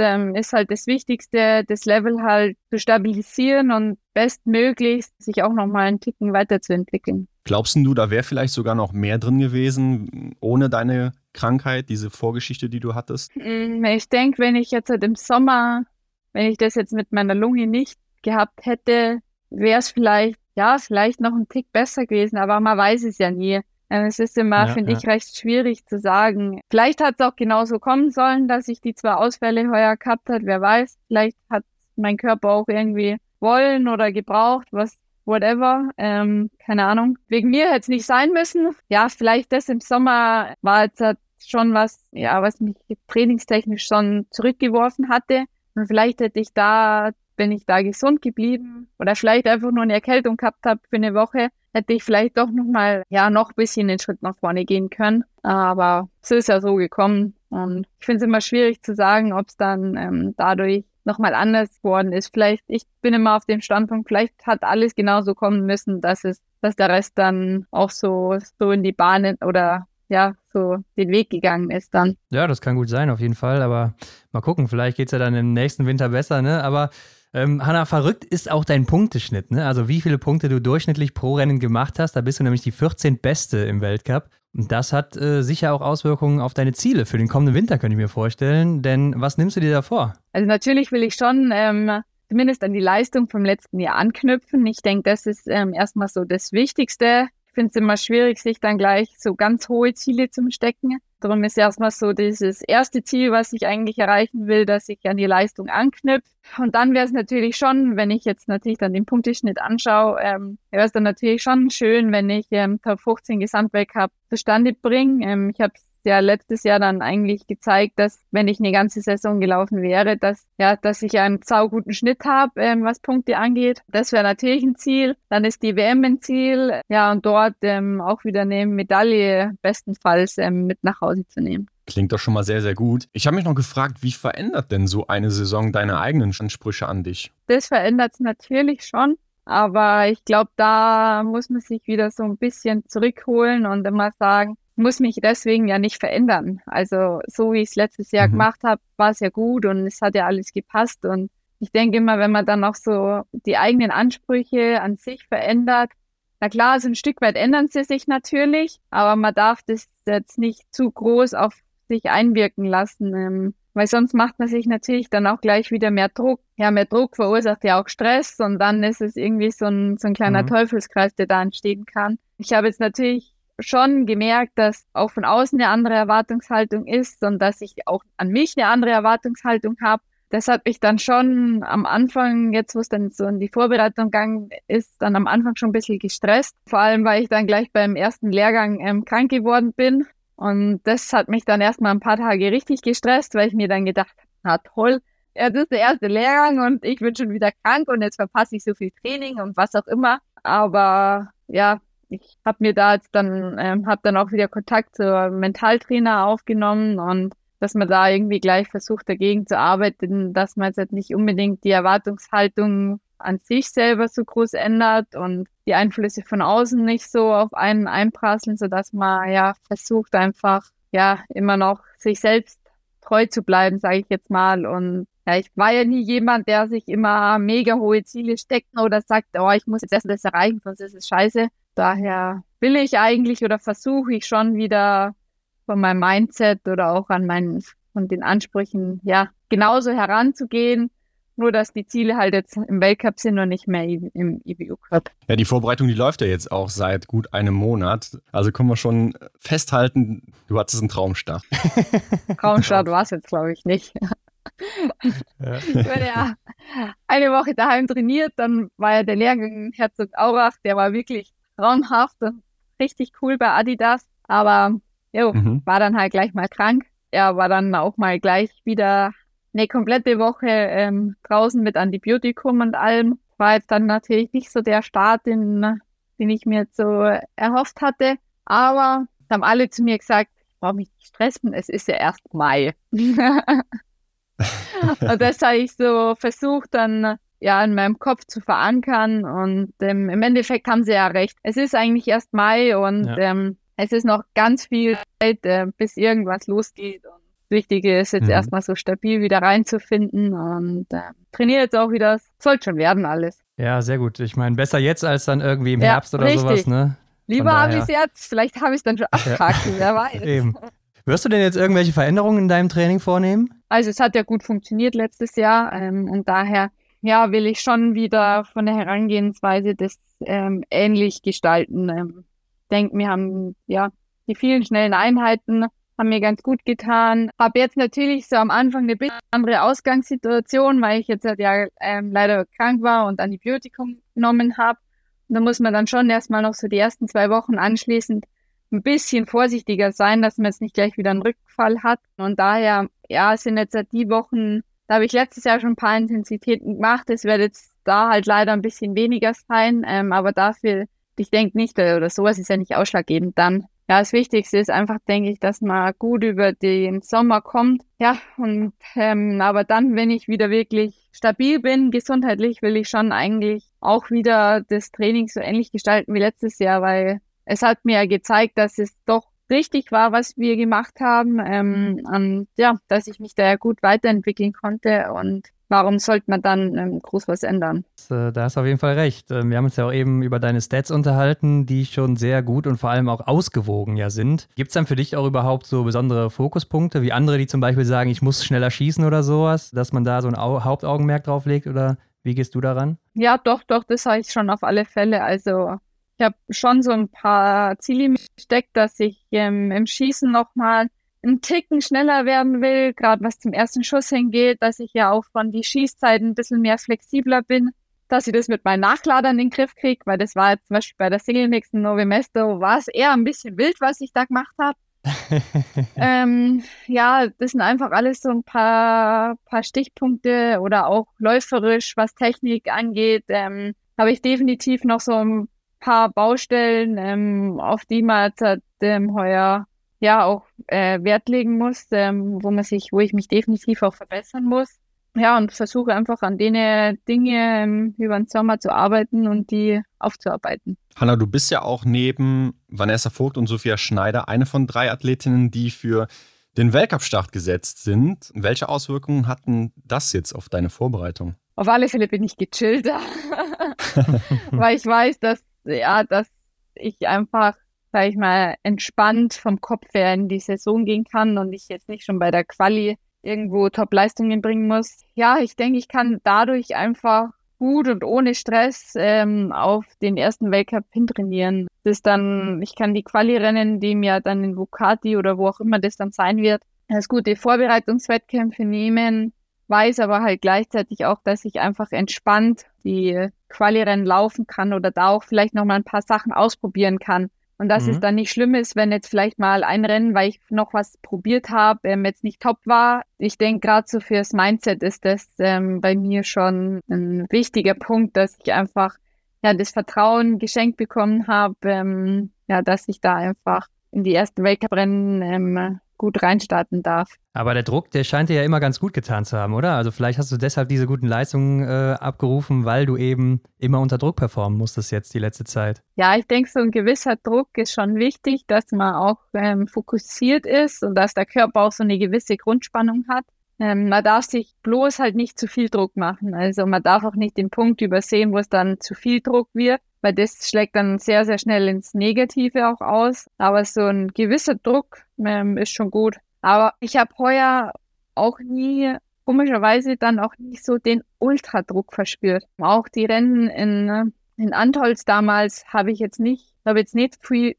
ist halt das Wichtigste, das Level halt zu stabilisieren und bestmöglichst sich auch nochmal einen Ticken weiterzuentwickeln. Glaubst du, da wäre vielleicht sogar noch mehr drin gewesen, ohne deine Krankheit, diese Vorgeschichte, die du hattest? Ich denke, wenn ich jetzt halt im Sommer, wenn ich das jetzt mit meiner Lunge nicht gehabt hätte, wäre es vielleicht noch ein Tick besser gewesen, aber man weiß es ja nie. Es ist immer, finde ich, recht schwierig zu sagen. Vielleicht hat es auch genauso kommen sollen, dass ich die 2 Ausfälle heuer gehabt habe. Wer weiß, vielleicht hat mein Körper auch irgendwie wollen oder gebraucht, whatever. Keine Ahnung. Wegen mir hätte es nicht sein müssen. Ja, vielleicht das im Sommer war jetzt halt schon was mich trainingstechnisch schon zurückgeworfen hatte. Und vielleicht hätte ich bin ich da gesund geblieben oder vielleicht einfach nur eine Erkältung gehabt habe für eine Woche, hätte ich vielleicht doch nochmal, noch ein bisschen den Schritt nach vorne gehen können. Aber es ist ja so gekommen und ich finde es immer schwierig zu sagen, ob es dann dadurch nochmal anders geworden ist. Ich bin immer auf dem Standpunkt, vielleicht hat alles genauso kommen müssen, dass der Rest dann auch so in die Bahn oder so den Weg gegangen ist dann. Ja, das kann gut sein, auf jeden Fall, aber mal gucken, vielleicht geht es ja dann im nächsten Winter besser, ne? Aber Hanna, verrückt ist auch dein Punkteschnitt, ne? Also wie viele Punkte du durchschnittlich pro Rennen gemacht hast, da bist du nämlich die 14. Beste im Weltcup. Und das hat sicher auch Auswirkungen auf deine Ziele für den kommenden Winter, könnte ich mir vorstellen. Denn was nimmst du dir da vor? Also natürlich will ich schon zumindest an die Leistung vom letzten Jahr anknüpfen. Ich denke, das ist erstmal so das Wichtigste. Ich finde es immer schwierig, sich dann gleich so ganz hohe Ziele zu stecken. Darum ist erstmal so dieses erste Ziel, was ich eigentlich erreichen will, dass ich an die Leistung anknüpfe. Und dann wäre es natürlich schon, wenn ich jetzt natürlich dann den Punkteschnitt anschaue, wäre es dann natürlich schon schön, wenn ich Top 15 Gesamtweltcup zustande bringe. Ich habe ja letztes Jahr dann eigentlich gezeigt, dass wenn ich eine ganze Saison gelaufen wäre, dass ich einen sauguten Schnitt habe, was Punkte angeht. Das wäre natürlich ein Ziel. Dann ist die WM ein Ziel. Ja, und dort auch wieder eine Medaille bestenfalls mit nach Hause zu nehmen. Klingt doch schon mal sehr, sehr gut. Ich habe mich noch gefragt, wie verändert denn so eine Saison deine eigenen Ansprüche an dich? Das verändert es natürlich schon. Aber ich glaube, da muss man sich wieder so ein bisschen zurückholen und immer sagen, muss mich deswegen ja nicht verändern. Also so wie ich es letztes Jahr gemacht habe, war es ja gut und es hat ja alles gepasst. Und ich denke immer, wenn man dann auch so die eigenen Ansprüche an sich verändert, na klar, so ein Stück weit ändern sie sich natürlich, aber man darf das jetzt nicht zu groß auf sich einwirken lassen, weil sonst macht man sich natürlich dann auch gleich wieder mehr Druck. Ja, mehr Druck verursacht ja auch Stress und dann ist es irgendwie so ein kleiner Teufelskreis, der da entstehen kann. Ich habe jetzt natürlich schon gemerkt, dass auch von außen eine andere Erwartungshaltung ist und dass ich auch an mich eine andere Erwartungshaltung habe. Das hat mich dann schon am Anfang, jetzt wo es dann so in die Vorbereitung gegangen ist, dann am Anfang schon ein bisschen gestresst. Vor allem, weil ich dann gleich beim ersten Lehrgang krank geworden bin. Und das hat mich dann erstmal ein paar Tage richtig gestresst, weil ich mir dann gedacht habe, na toll, das ist der erste Lehrgang und ich bin schon wieder krank und jetzt verpasse ich so viel Training und was auch immer. Aber ja, ich habe mir da jetzt dann, habe dann auch wieder Kontakt zur Mentaltrainer aufgenommen und dass man da irgendwie gleich versucht, dagegen zu arbeiten, dass man jetzt halt nicht unbedingt die Erwartungshaltung an sich selber so groß ändert und die Einflüsse von außen nicht so auf einen einprasseln, sodass man versucht einfach immer noch sich selbst treu zu bleiben, sage ich jetzt mal. Und ich war ja nie jemand, der sich immer mega hohe Ziele steckt oder sagt, oh, ich muss jetzt erst das erreichen, sonst ist es scheiße. Daher will ich eigentlich oder versuche ich schon wieder von meinem Mindset oder auch von den Ansprüchen genauso heranzugehen. Nur, dass die Ziele halt jetzt im Weltcup sind und nicht mehr im IBU-Cup. Ja, die Vorbereitung, die läuft ja jetzt auch seit gut einem Monat. Also können wir schon festhalten, du hattest einen Traumstart. Traumstart war es jetzt, glaube ich, nicht. Ich wurde ja eine Woche daheim trainiert, dann war ja der Lehrgang Herzogenaurach, der war wirklich traumhaft und richtig cool bei Adidas. Aber war dann halt gleich mal krank. Er war dann auch mal gleich wieder eine komplette Woche draußen mit Antibiotikum und allem. War jetzt dann natürlich nicht so der Start, den ich mir jetzt so erhofft hatte. Aber haben alle zu mir gesagt, ich brauche mich nicht stressen, es ist ja erst Mai. Und das habe ich so versucht dann in meinem Kopf zu verankern. Und im Endeffekt haben sie ja recht. Es ist eigentlich erst Mai und es ist noch ganz viel Zeit, bis irgendwas losgeht. Und Wichtige ist jetzt erstmal so stabil wieder reinzufinden und trainiere jetzt auch wieder. Sollte schon werden alles. Ja, sehr gut. Ich meine, besser jetzt als dann irgendwie im Herbst oder richtig. Sowas, ne? Lieber habe ich es jetzt. Vielleicht habe ich es dann schon abgehakt, wer weiß. Eben. Wirst du denn jetzt irgendwelche Veränderungen in deinem Training vornehmen? Also es hat ja gut funktioniert letztes Jahr und daher will ich schon wieder von der Herangehensweise das ähnlich gestalten. Ich denke, wir haben die vielen schnellen Einheiten haben mir ganz gut getan. Habe jetzt natürlich so am Anfang eine bisschen andere Ausgangssituation, weil ich jetzt leider krank war und Antibiotikum genommen habe. Und da muss man dann schon erstmal noch so die ersten 2 Wochen anschließend ein bisschen vorsichtiger sein, dass man jetzt nicht gleich wieder einen Rückfall hat. Und daher, sind jetzt die Wochen, da habe ich letztes Jahr schon ein paar Intensitäten gemacht. Es wird jetzt da halt leider ein bisschen weniger sein, aber dafür, ich denke nicht, oder sowas ist ja nicht ausschlaggebend dann. Ja, das Wichtigste ist einfach, denke ich, dass man gut über den Sommer kommt. Ja, und aber dann, wenn ich wieder wirklich stabil bin, gesundheitlich, will ich schon eigentlich auch wieder das Training so ähnlich gestalten wie letztes Jahr, weil es hat mir ja gezeigt, dass es doch richtig war, was wir gemacht haben und dass ich mich da ja gut weiterentwickeln konnte und warum sollte man dann groß was ändern? Da hast du auf jeden Fall recht. Wir haben uns ja auch eben über deine Stats unterhalten, die schon sehr gut und vor allem auch ausgewogen ja sind. Gibt es dann für dich auch überhaupt so besondere Fokuspunkte, wie andere, die zum Beispiel sagen, ich muss schneller schießen oder sowas, dass man da so ein Hauptaugenmerk drauf legt oder wie gehst du daran? Ja, doch, das habe ich schon auf alle Fälle. Also ich habe schon so ein paar Ziele gesteckt, dass ich im Schießen nochmal einen Ticken schneller werden will, gerade was zum ersten Schuss hingeht, dass ich ja auch von die Schießzeiten ein bisschen mehr flexibler bin, dass ich das mit meinen Nachladern in den Griff kriege, weil das war jetzt zum Beispiel bei der Single Mix in Novi Mesto, war es eher ein bisschen wild, was ich da gemacht habe. Das sind einfach alles so ein paar Stichpunkte oder auch läuferisch, was Technik angeht, habe ich definitiv noch so ein paar Baustellen, auf die man jetzt heuer auch Wert legen muss, wo ich mich definitiv auch verbessern muss. Ja, und versuche einfach an denen Dinge über den Sommer zu arbeiten und die aufzuarbeiten. Hanna, du bist ja auch neben Vanessa Vogt und Sophia Schneider eine von 3 Athletinnen, die für den Weltcup-Start gesetzt sind. Welche Auswirkungen hatten das jetzt auf deine Vorbereitung? Auf alle Fälle bin ich gechillter, weil ich weiß, dass ich einfach, sag ich mal, entspannt vom Kopf her in die Saison gehen kann und ich jetzt nicht schon bei der Quali irgendwo Top-Leistungen bringen muss. Ja, ich denke, ich kann dadurch einfach gut und ohne Stress auf den ersten Weltcup hintrainieren. Ich kann die Quali-Rennen, die mir dann in Vucati oder wo auch immer das dann sein wird, als gute Vorbereitungswettkämpfe nehmen, weiß aber halt gleichzeitig auch, dass ich einfach entspannt die Quali-Rennen laufen kann oder da auch vielleicht nochmal ein paar Sachen ausprobieren kann. Und dass es dann nicht schlimm ist, wenn jetzt vielleicht mal ein Rennen, weil ich noch was probiert habe, jetzt nicht top war. Ich denke, gerade so fürs Mindset ist das bei mir schon ein wichtiger Punkt, dass ich einfach das Vertrauen geschenkt bekommen habe, dass ich da einfach in die ersten Weltcup-Rennen gut reinstarten darf. Aber der Druck, der scheint dir ja immer ganz gut getan zu haben, oder? Also vielleicht hast du deshalb diese guten Leistungen abgerufen, weil du eben immer unter Druck performen musstest jetzt die letzte Zeit. Ja, ich denke, so ein gewisser Druck ist schon wichtig, dass man auch fokussiert ist und dass der Körper auch so eine gewisse Grundspannung hat. Man darf sich bloß halt nicht zu viel Druck machen. Also man darf auch nicht den Punkt übersehen, wo es dann zu viel Druck wird, weil das schlägt dann sehr, sehr schnell ins Negative auch aus. Aber so ein gewisser Druck ist schon gut. Aber ich habe heuer auch nie, komischerweise dann auch nicht so den Ultradruck verspürt. Auch die Rennen in Antholz damals habe jetzt nicht viel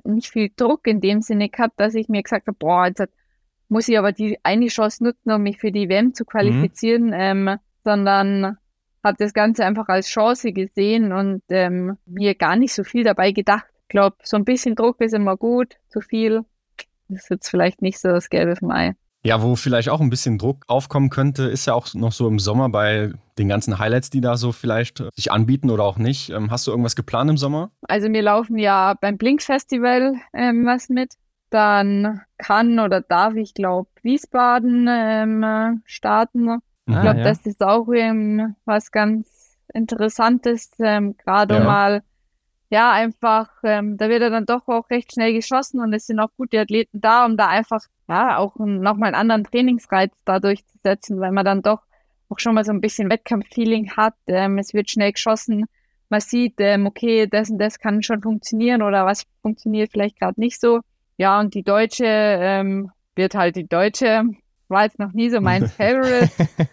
Druck in dem Sinne gehabt, dass ich mir gesagt habe, boah, jetzt muss ich aber die eine Chance nutzen, um mich für die WM zu qualifizieren, sondern habe das Ganze einfach als Chance gesehen und mir gar nicht so viel dabei gedacht. Ich glaube, so ein bisschen Druck ist immer gut, zu viel ist jetzt vielleicht nicht so das Gelbe vom Ei. Ja, wo vielleicht auch ein bisschen Druck aufkommen könnte, ist ja auch noch so im Sommer bei den ganzen Highlights, die da so vielleicht sich anbieten oder auch nicht. Hast du irgendwas geplant im Sommer? Also wir laufen ja beim Blink-Festival was mit. Dann kann oder darf ich, glaube Wiesbaden starten. Ich glaube, das ist auch was ganz Interessantes, gerade mal ja, einfach, da wird er dann doch auch recht schnell geschossen und es sind auch gute Athleten da, um da einfach, ja, auch nochmal einen anderen Trainingsreiz da durchzusetzen, weil man dann doch auch schon mal so ein bisschen Wettkampffeeling hat. Es wird schnell geschossen. Man sieht, okay, das und das kann schon funktionieren oder was funktioniert vielleicht gerade nicht so. Ja, und die Deutsche wird halt die Deutsche. War jetzt noch nie so mein Favorite.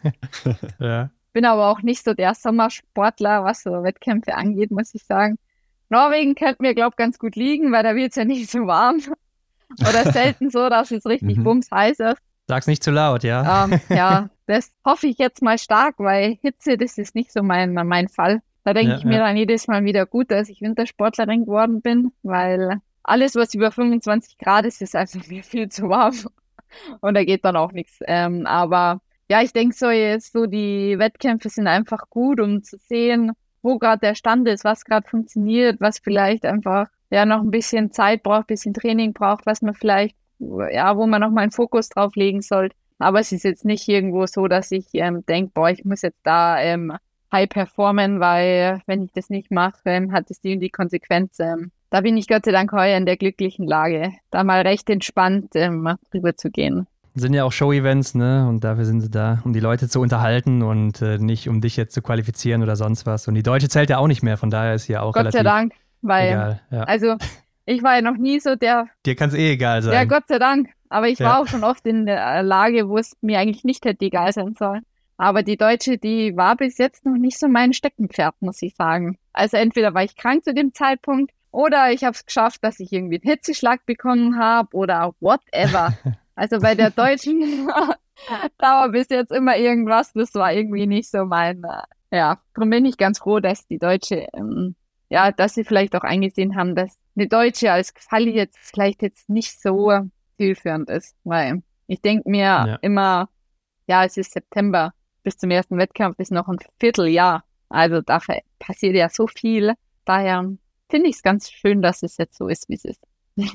Ja. Bin aber auch nicht so der Sommersportler, was so Wettkämpfe angeht, muss ich sagen. Norwegen könnte mir, glaube ich, ganz gut liegen, weil da wird es ja nicht so warm. Oder selten so, dass es richtig bumsheiß ist. Sag's nicht zu laut, ja. Ja, das hoffe ich jetzt mal stark, weil Hitze, das ist nicht so mein Fall. Da denke ich mir dann jedes Mal wieder gut, dass ich Wintersportlerin geworden bin, weil alles, was über 25 Grad ist, ist also mir viel zu warm. Und da geht dann auch nichts. Aber ja, ich denke so die Wettkämpfe sind einfach gut, um zu sehen, wo gerade der Stand ist, was gerade funktioniert, was vielleicht einfach ja noch ein bisschen Zeit braucht, ein bisschen Training braucht, was man vielleicht, ja, wo man nochmal einen Fokus drauf legen sollte. Aber es ist jetzt nicht irgendwo so, dass ich denke, boah, ich muss jetzt da high performen, weil wenn ich das nicht mache, hat es die und die Konsequenz. Da bin ich Gott sei Dank heuer in der glücklichen Lage, da mal recht entspannt drüber zu gehen. Sind ja auch Show-Events, ne? Und dafür sind sie da, um die Leute zu unterhalten und nicht um dich jetzt zu qualifizieren oder sonst was. Und die Deutsche zählt ja auch nicht mehr, von daher ist ja auch Gott sei Dank, weil, egal. Ja. Also ich war ja noch nie so der... Dir kann es egal sein. Ja, Gott sei Dank. Aber ich war auch schon oft in der Lage, wo es mir eigentlich nicht hätte egal sein sollen. Aber die Deutsche, die war bis jetzt noch nicht so mein Steckenpferd, muss ich sagen. Also entweder war ich krank zu dem Zeitpunkt oder ich habe es geschafft, dass ich irgendwie einen Hitzeschlag bekommen habe oder whatever. Also bei der Deutschen, da war bis jetzt immer irgendwas, das war irgendwie nicht so mein, darum bin ich ganz froh, dass die Deutsche, dass sie vielleicht auch eingesehen haben, dass eine Deutsche als Quali jetzt vielleicht jetzt nicht so zielführend ist, weil ich denke mir immer, ja, es ist September, bis zum ersten Wettkampf ist noch ein Vierteljahr, also dafür passiert ja so viel, daher finde ich es ganz schön, dass es jetzt so ist, wie es ist.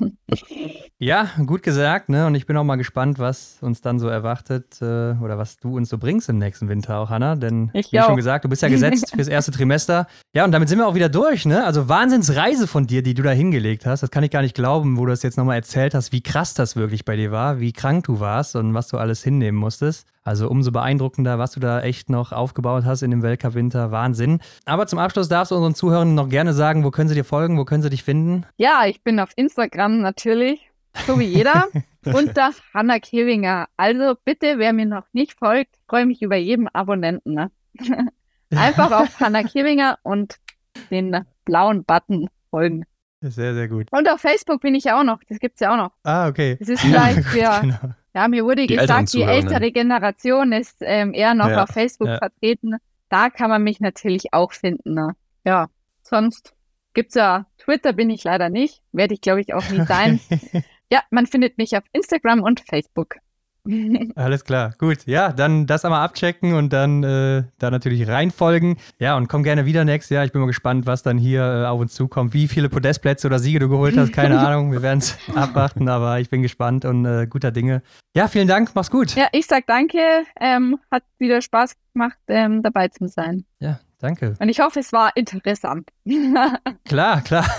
Ja, gut gesagt, ne? Und ich bin auch mal gespannt, was uns dann so erwartet oder was du uns so bringst im nächsten Winter auch, Hannah. Denn wie schon gesagt, du bist ja gesetzt fürs erste Trimester. Ja, und damit sind wir auch wieder durch, ne? Also Wahnsinnsreise von dir, die du da hingelegt hast. Das kann ich gar nicht glauben, wo du das jetzt nochmal erzählt hast, wie krass das wirklich bei dir war, wie krank du warst und was du alles hinnehmen musstest. Also umso beeindruckender, was du da echt noch aufgebaut hast in dem Weltcup-Winter. Wahnsinn. Aber zum Abschluss darfst du unseren Zuhörern noch gerne sagen, wo können sie dir folgen, wo können sie dich finden? Ja, ich bin auf Instagram natürlich, so wie jeder, unter Hannah Kewinger. Also bitte, wer mir noch nicht folgt, freue mich über jeden Abonnenten. Ne? Einfach auf Hannah Kewinger und den blauen Button folgen. Sehr, sehr gut. Und auf Facebook bin ich ja auch noch, das gibt's ja auch noch. Ah, okay. Das ist vielleicht genau. Ja, mir wurde gesagt, die ältere Generation ist eher noch auf Facebook vertreten. Da kann man mich natürlich auch finden. Ne? Ja, sonst gibt's ja Twitter, bin ich leider nicht. Werde ich, glaube ich, auch nie sein. Ja, man findet mich auf Instagram und Facebook. Alles klar, gut. Ja, dann das einmal abchecken und dann da natürlich reinfolgen. Ja, und komm gerne wieder nächstes Jahr. Ich bin mal gespannt, was dann hier auf uns zukommt. Wie viele Podestplätze oder Siege du geholt hast, keine Ahnung. Wir werden es abwarten, aber ich bin gespannt und guter Dinge. Ja, vielen Dank, mach's gut. Ja, ich sag danke. Hat wieder Spaß gemacht, dabei zu sein. Ja, danke. Und ich hoffe, es war interessant. Klar.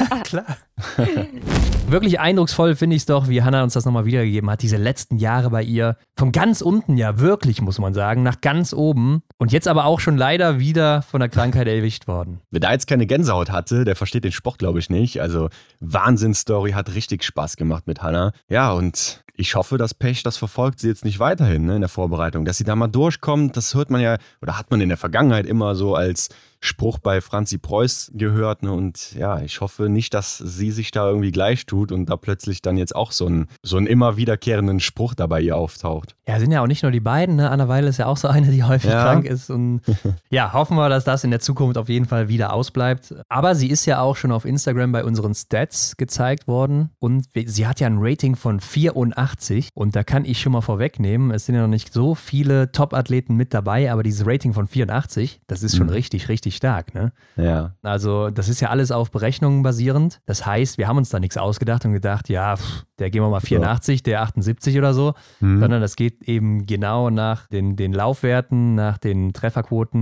Wirklich eindrucksvoll finde ich es doch, wie Hannah uns das nochmal wiedergegeben hat, diese letzten Jahre bei ihr. Von ganz unten ja wirklich, muss man sagen, nach ganz oben. Und jetzt aber auch schon leider wieder von der Krankheit erwischt worden. Wer da jetzt keine Gänsehaut hatte, der versteht den Sport, glaube ich, nicht. Also Wahnsinnsstory, hat richtig Spaß gemacht mit Hannah. Ja, und ich hoffe, das Pech, das verfolgt sie jetzt nicht weiterhin, ne, in der Vorbereitung. Dass sie da mal durchkommt, das hört man ja, oder hat man in der Vergangenheit immer so als Spruch bei Franzi Preuß gehört. Ne? Und ja, ich hoffe nicht, dass sie sich da irgendwie gleich tut und da plötzlich dann jetzt auch so einen immer wiederkehrenden Spruch da bei ihr auftaucht. Ja, sind ja auch nicht nur die beiden, ne? Anna Weil ist ja auch so eine, die häufig krank ist. Und ja, hoffen wir, dass das in der Zukunft auf jeden Fall wieder ausbleibt. Aber sie ist ja auch schon auf Instagram bei unseren Stats gezeigt worden und sie hat ja ein Rating von 84 und da kann ich schon mal vorwegnehmen, es sind ja noch nicht so viele Top-Athleten mit dabei, aber dieses Rating von 84, das ist schon richtig stark, ne? Ja. Also das ist ja alles auf Berechnungen basierend. Das heißt, wir haben uns da nichts ausgedacht und gedacht, ja, der gehen wir mal 84, der 78 oder so, sondern das geht eben genau nach den Laufwerten, nach den Trefferquoten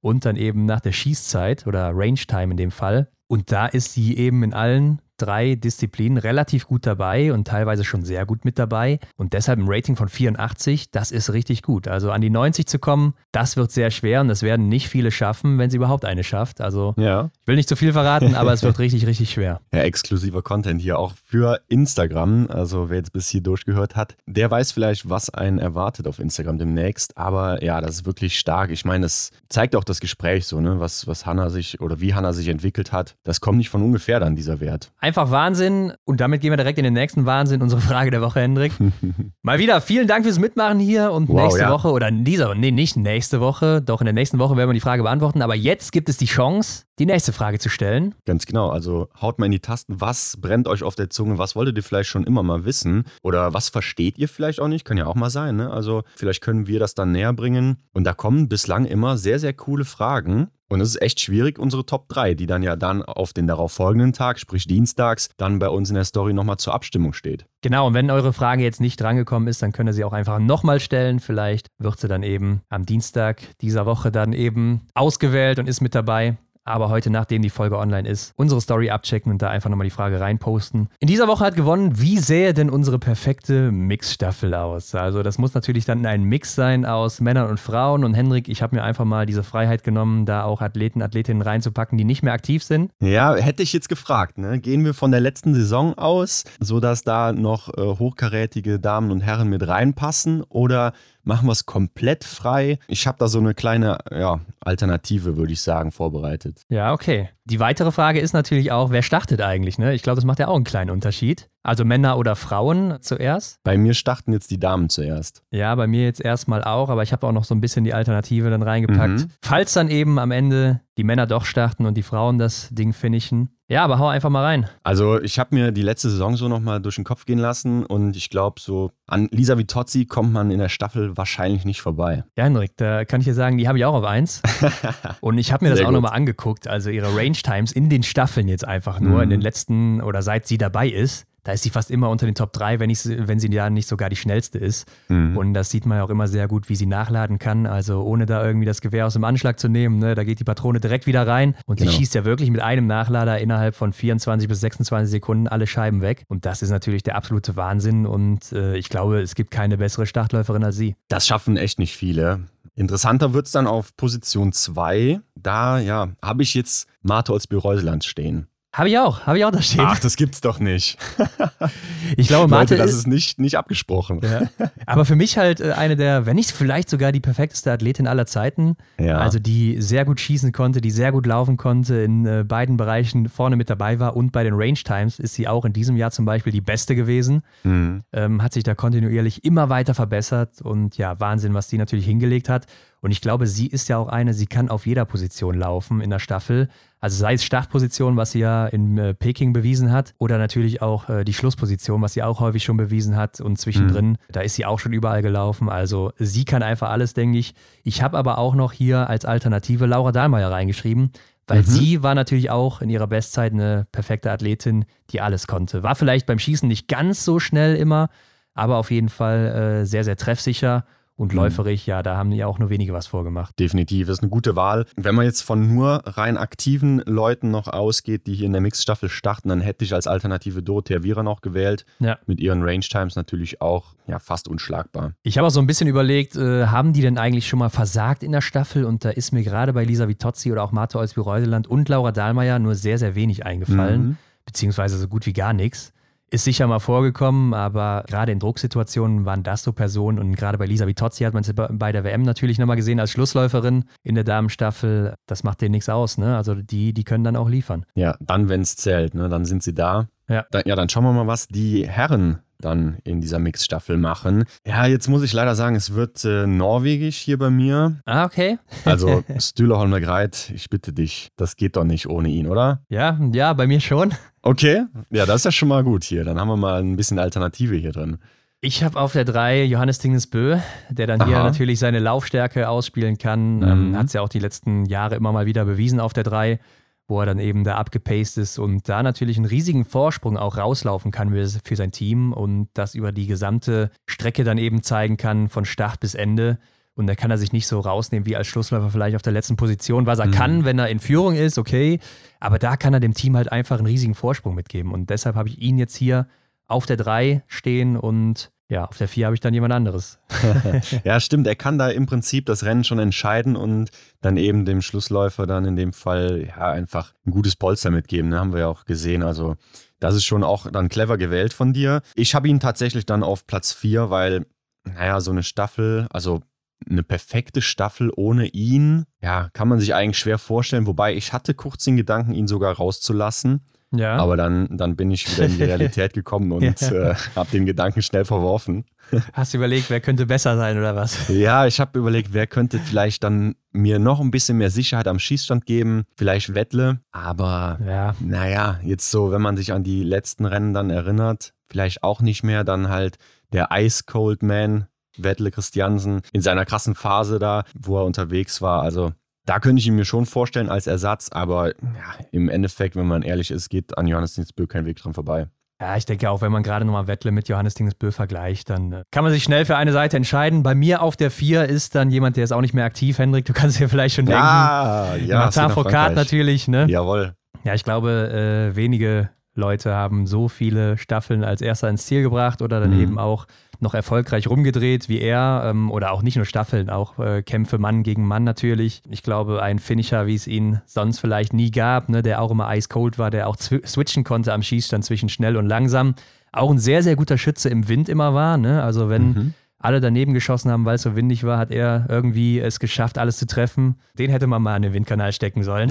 und dann eben nach der Schießzeit oder Range Time in dem Fall. Und da ist sie eben in allen 3 Disziplinen relativ gut dabei und teilweise schon sehr gut mit dabei. Und deshalb ein Rating von 84, das ist richtig gut. Also an die 90 zu kommen, das wird sehr schwer und das werden nicht viele schaffen, wenn sie überhaupt eine schafft. Also ich will nicht zu viel verraten, aber es wird richtig, richtig schwer. Ja, exklusiver Content hier auch für Instagram. Also wer jetzt bis hier durchgehört hat, der weiß vielleicht, was einen erwartet auf Instagram demnächst. Aber ja, das ist wirklich stark. Ich meine, es zeigt auch das Gespräch so, ne, was Hannah sich oder wie Hannah sich entwickelt hat. Das kommt nicht von ungefähr dann, dieser Wert. Einfach Wahnsinn. Und damit gehen wir direkt in den nächsten Wahnsinn, unsere Frage der Woche, Hendrik. Mal wieder vielen Dank fürs Mitmachen hier und nächste Woche oder nicht nächste Woche, doch in der nächsten Woche werden wir die Frage beantworten. Aber jetzt gibt es die Chance, die nächste Frage zu stellen. Ganz genau. Also haut mal in die Tasten. Was brennt euch auf der Zunge? Was wolltet ihr vielleicht schon immer mal wissen? Oder was versteht ihr vielleicht auch nicht? Kann ja auch mal sein, ne? Also vielleicht können wir das dann näher bringen. Und da kommen bislang immer sehr, sehr coole Fragen. Und es ist echt schwierig, unsere Top 3, die dann auf den darauf folgenden Tag, sprich dienstags, dann bei uns in der Story nochmal zur Abstimmung steht. Genau, und wenn eure Frage jetzt nicht drangekommen ist, dann könnt ihr sie auch einfach nochmal stellen. Vielleicht wird sie dann eben am Dienstag dieser Woche dann eben ausgewählt und ist mit dabei. Aber heute, nachdem die Folge online ist, unsere Story abchecken und da einfach nochmal die Frage reinposten. In dieser Woche hat gewonnen, wie sähe denn unsere perfekte Mixstaffel aus? Also das muss natürlich dann ein Mix sein aus Männern und Frauen. Und Hendrik, ich habe mir einfach mal diese Freiheit genommen, da auch Athletinnen reinzupacken, die nicht mehr aktiv sind. Ja, hätte ich jetzt gefragt, ne? Gehen wir von der letzten Saison aus, sodass da noch hochkarätige Damen und Herren mit reinpassen, oder machen wir es komplett frei? Ich habe da so eine kleine Alternative, würde ich sagen, vorbereitet. Ja, okay. Die weitere Frage ist natürlich auch, wer startet eigentlich? Ne? Ich glaube, das macht ja auch einen kleinen Unterschied. Also Männer oder Frauen zuerst? Bei mir starten jetzt die Damen zuerst. Ja, bei mir jetzt erstmal auch, aber ich habe auch noch so ein bisschen die Alternative dann reingepackt. Falls dann eben am Ende die Männer doch starten und die Frauen das Ding finishen. Ja, aber hau einfach mal rein. Also ich habe mir die letzte Saison so nochmal durch den Kopf gehen lassen und ich glaube, so an Lisa Vitozzi kommt man in der Staffel wahrscheinlich nicht vorbei. Ja, Hendrik, da kann ich dir sagen, die habe ich auch auf 1. Und ich habe mir das auch nochmal angeguckt, also ihre Range Times in den Staffeln jetzt einfach nur in den letzten oder seit sie dabei ist. Da ist sie fast immer unter den Top 3, wenn sie da nicht sogar die schnellste ist. Und das sieht man ja auch immer sehr gut, wie sie nachladen kann. Also ohne da irgendwie das Gewehr aus dem Anschlag zu nehmen, ne? Da geht die Patrone direkt wieder rein. Und sie schießt ja wirklich mit einem Nachlader innerhalb von 24 bis 26 Sekunden alle Scheiben weg. Und das ist natürlich der absolute Wahnsinn. Und ich glaube, es gibt keine bessere Startläuferin als sie. Das schaffen echt nicht viele. Interessanter wird es dann auf Position 2. Da habe ich jetzt Martha Olsby-Reuseland stehen. Habe ich auch da stehen. Ach, das gibt's doch nicht. Ich glaube, Martha das ist nicht abgesprochen. Ja. Aber für mich halt eine der, wenn nicht vielleicht sogar die perfekteste Athletin aller Zeiten. Ja. Also die sehr gut schießen konnte, die sehr gut laufen konnte, in beiden Bereichen vorne mit dabei war. Und bei den Range Times ist sie auch in diesem Jahr zum Beispiel die beste gewesen. Hat sich da kontinuierlich immer weiter verbessert. Und ja, Wahnsinn, was die natürlich hingelegt hat. Und ich glaube, sie ist ja auch sie kann auf jeder Position laufen in der Staffel. Also sei es Startposition, was sie ja in Peking bewiesen hat, oder natürlich auch die Schlussposition, was sie auch häufig schon bewiesen hat. Und zwischendrin, da ist sie auch schon überall gelaufen. Also sie kann einfach alles, denke ich. Ich habe aber auch noch hier als Alternative Laura Dahlmeier reingeschrieben, weil sie war natürlich auch in ihrer Bestzeit eine perfekte Athletin, die alles konnte. War vielleicht beim Schießen nicht ganz so schnell immer, aber auf jeden Fall sehr, sehr treffsicher. Und läuferig, ja, da haben ja auch nur wenige was vorgemacht. Definitiv, das ist eine gute Wahl. Wenn man jetzt von nur rein aktiven Leuten noch ausgeht, die hier in der Mixstaffel starten, dann hätte ich als Alternative Dorothea Viera noch gewählt. Ja. Mit ihren Range Times natürlich auch fast unschlagbar. Ich habe auch so ein bisschen überlegt, haben die denn eigentlich schon mal versagt in der Staffel? Und da ist mir gerade bei Lisa Vitozzi oder auch Martha Olsby-Reuseland und Laura Dahlmeier nur sehr, sehr wenig eingefallen. Beziehungsweise so gut wie gar nichts. Ist sicher mal vorgekommen, aber gerade in Drucksituationen waren das so Personen, und gerade bei Lisa Vitozzi hat man es bei der WM natürlich nochmal gesehen als Schlussläuferin in der Damenstaffel. Das macht denen nichts aus, ne? Also die können dann auch liefern. Ja, dann, wenn es zählt, ne? Dann sind sie da. Ja. Dann schauen wir mal, was die Herren dann in dieser Mixstaffel machen. Ja, jetzt muss ich leider sagen, es wird norwegisch hier bei mir. Ah, okay. Also Stühle Holmer Greit, ich bitte dich, das geht doch nicht ohne ihn, oder? Ja, bei mir schon. Okay, ja, das ist ja schon mal gut hier. Dann haben wir mal ein bisschen Alternative hier drin. Ich habe auf der 3 Johannes Tingnes Bö, der dann hier natürlich seine Laufstärke ausspielen kann. Hat es ja auch die letzten Jahre immer mal wieder bewiesen auf der 3, wo er dann eben da abgepaced ist und da natürlich einen riesigen Vorsprung auch rauslaufen kann für sein Team und das über die gesamte Strecke dann eben zeigen kann, von Start bis Ende. Und da kann er sich nicht so rausnehmen wie als Schlussläufer vielleicht auf der letzten Position, was er kann, wenn er in Führung ist, okay. Aber da kann er dem Team halt einfach einen riesigen Vorsprung mitgeben. Und deshalb habe ich ihn jetzt hier auf der 3 stehen und ja, auf der 4 habe ich dann jemand anderes. Ja, stimmt. Er kann da im Prinzip das Rennen schon entscheiden und dann eben dem Schlussläufer dann in dem Fall ja einfach ein gutes Polster mitgeben. Ne? Haben wir ja auch gesehen. Also das ist schon auch dann clever gewählt von dir. Ich habe ihn tatsächlich dann auf Platz 4, weil, naja, so eine Staffel, also eine perfekte Staffel ohne ihn, ja, kann man sich eigentlich schwer vorstellen. Wobei ich hatte kurz den Gedanken, ihn sogar rauszulassen. Ja. Aber dann bin ich wieder in die Realität gekommen und habe den Gedanken schnell verworfen. Hast du überlegt, wer könnte besser sein oder was? Ja, ich habe überlegt, wer könnte vielleicht dann mir noch ein bisschen mehr Sicherheit am Schießstand geben. Vielleicht Vettel. Aber naja, jetzt so, wenn man sich an die letzten Rennen dann erinnert, vielleicht auch nicht mehr. Dann halt der Ice Cold Man, Vettel Christiansen, in seiner krassen Phase da, wo er unterwegs war. Also da könnte ich ihn mir schon vorstellen als Ersatz, aber ja, im Endeffekt, wenn man ehrlich ist, geht an Johannes Dingesbö kein Weg dran vorbei. Ja, ich denke auch, wenn man gerade nochmal Vettel mit Johannes Dingesbö vergleicht, dann kann man sich schnell für eine Seite entscheiden. Bei mir auf der 4 ist dann jemand, der ist auch nicht mehr aktiv. Hendrik, du kannst dir vielleicht schon denken. Ja, Martin Fourcade natürlich, ne? Jawohl. Ja, ich glaube, wenige Leute haben so viele Staffeln als Erster ins Ziel gebracht oder dann eben auch noch erfolgreich rumgedreht wie er oder auch nicht nur Staffeln, auch Kämpfe Mann gegen Mann natürlich. Ich glaube, ein Finisher, wie es ihn sonst vielleicht nie gab, ne, der auch immer ice cold war, der auch switchen konnte am Schießstand zwischen schnell und langsam. Auch ein sehr, sehr guter Schütze im Wind immer war. Ne? Also wenn alle daneben geschossen haben, weil es so windig war, hat er irgendwie es geschafft, alles zu treffen. Den hätte man mal in den Windkanal stecken sollen.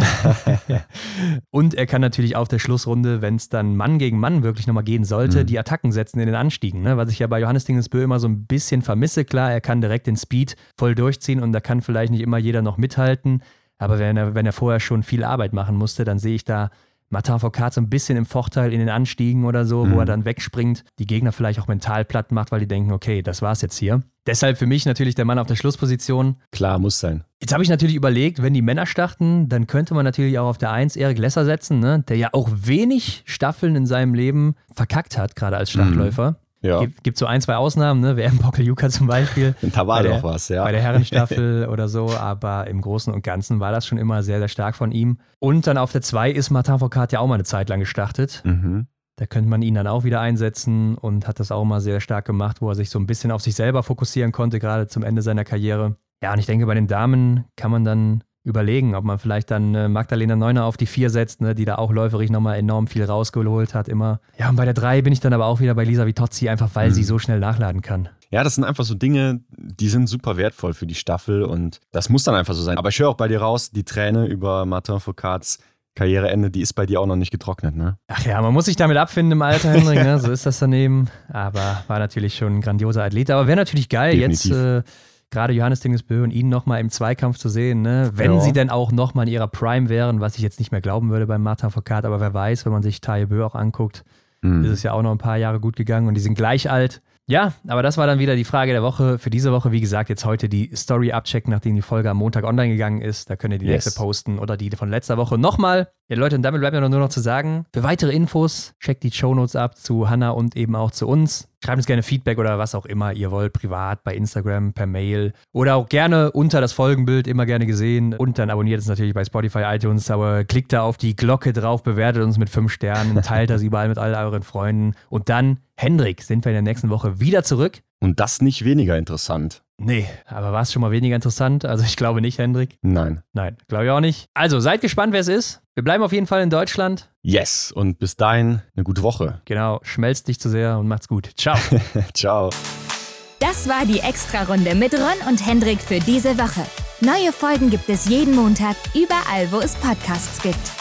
Und er kann natürlich auf der Schlussrunde, wenn es dann Mann gegen Mann wirklich nochmal gehen sollte, die Attacken setzen in den Anstiegen. Ne? Was ich ja bei Johannes Dingesbö immer so ein bisschen vermisse. Klar, er kann direkt den Speed voll durchziehen und da kann vielleicht nicht immer jeder noch mithalten. Aber wenn er vorher schon viel Arbeit machen musste, dann sehe ich da Martin Fourcade so ein bisschen im Vorteil in den Anstiegen oder so, wo er dann wegspringt, die Gegner vielleicht auch mental platt macht, weil die denken, okay, das war's jetzt hier. Deshalb für mich natürlich der Mann auf der Schlussposition. Klar, muss sein. Jetzt habe ich natürlich überlegt, wenn die Männer starten, dann könnte man natürlich auch auf der 1 Erik Lesser setzen, ne? Der ja auch wenig Staffeln in seinem Leben verkackt hat, gerade als Startläufer. Ja. Gibt so 1, 2 Ausnahmen, ne? WM Pokljuka zum Beispiel. Da war doch was, ja. Bei der Herrenstaffel oder so, aber im Großen und Ganzen war das schon immer sehr, sehr stark von ihm. Und dann auf der 2 ist Martin Fourcade ja auch mal eine Zeit lang gestartet. Da könnte man ihn dann auch wieder einsetzen und hat das auch mal sehr stark gemacht, wo er sich so ein bisschen auf sich selber fokussieren konnte, gerade zum Ende seiner Karriere. Ja, und ich denke, bei den Damen kann man dann überlegen, ob man vielleicht dann Magdalena Neuner auf die 4 setzt, ne, die da auch läuferisch nochmal enorm viel rausgeholt hat immer. Ja, und bei der 3 bin ich dann aber auch wieder bei Lisa Vitozzi, einfach weil sie so schnell nachladen kann. Ja, das sind einfach so Dinge, die sind super wertvoll für die Staffel und das muss dann einfach so sein. Aber ich höre auch bei dir raus, die Träne über Martin Fourcades Karriereende, die ist bei dir auch noch nicht getrocknet, ne? Ach ja, man muss sich damit abfinden im Alter, Hendrik, ne? So ist das daneben. Aber war natürlich schon ein grandioser Athlet. Aber wäre natürlich geil, definitiv. Jetzt gerade Johannes Dingesbö und ihn nochmal im Zweikampf zu sehen, ne? Wenn sie denn auch nochmal in ihrer Prime wären, was ich jetzt nicht mehr glauben würde beim Martin Fourcade, aber wer weiß, wenn man sich Taye Bö auch anguckt, ist es ja auch noch ein paar Jahre gut gegangen und die sind gleich alt. Ja, aber das war dann wieder die Frage der Woche. Für diese Woche, wie gesagt, jetzt heute die Story abchecken, nachdem die Folge am Montag online gegangen ist. Da könnt ihr die nächste posten oder die von letzter Woche nochmal. Ja, Leute, und damit bleibt mir nur noch zu sagen, für weitere Infos checkt die Shownotes ab zu Hannah und eben auch zu uns. Schreibt uns gerne Feedback oder was auch immer ihr wollt, privat, bei Instagram, per Mail oder auch gerne unter das Folgenbild, immer gerne gesehen. Und dann abonniert es natürlich bei Spotify, iTunes, aber klickt da auf die Glocke drauf, bewertet uns mit 5 Sternen, teilt das überall mit all euren Freunden. Und dann, Hendrik, sind wir in der nächsten Woche wieder zurück. Und das nicht weniger interessant. Nee, aber war es schon mal weniger interessant? Also ich glaube nicht, Hendrik. Nein. Nein, glaube ich auch nicht. Also seid gespannt, wer es ist. Wir bleiben auf jeden Fall in Deutschland. Yes, und bis dahin eine gute Woche. Genau, schmelzt nicht zu sehr und macht's gut. Ciao. Ciao. Das war die Extra-Runde mit Ron und Hendrik für diese Woche. Neue Folgen gibt es jeden Montag, überall, wo es Podcasts gibt.